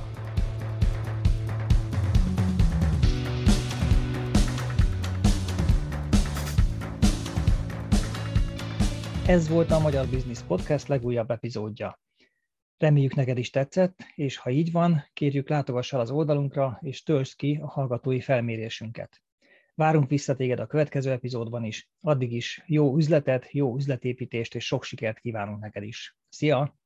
Ez volt a Magyar Business Podcast legújabb epizódja. Reméljük neked is tetszett, és ha így van, kérjük látogass el az oldalunkra, és töltsd ki a hallgatói felmérésünket. Várunk vissza téged a következő epizódban is. Addig is jó üzletet, jó üzletépítést és sok sikert kívánunk neked is. Szia!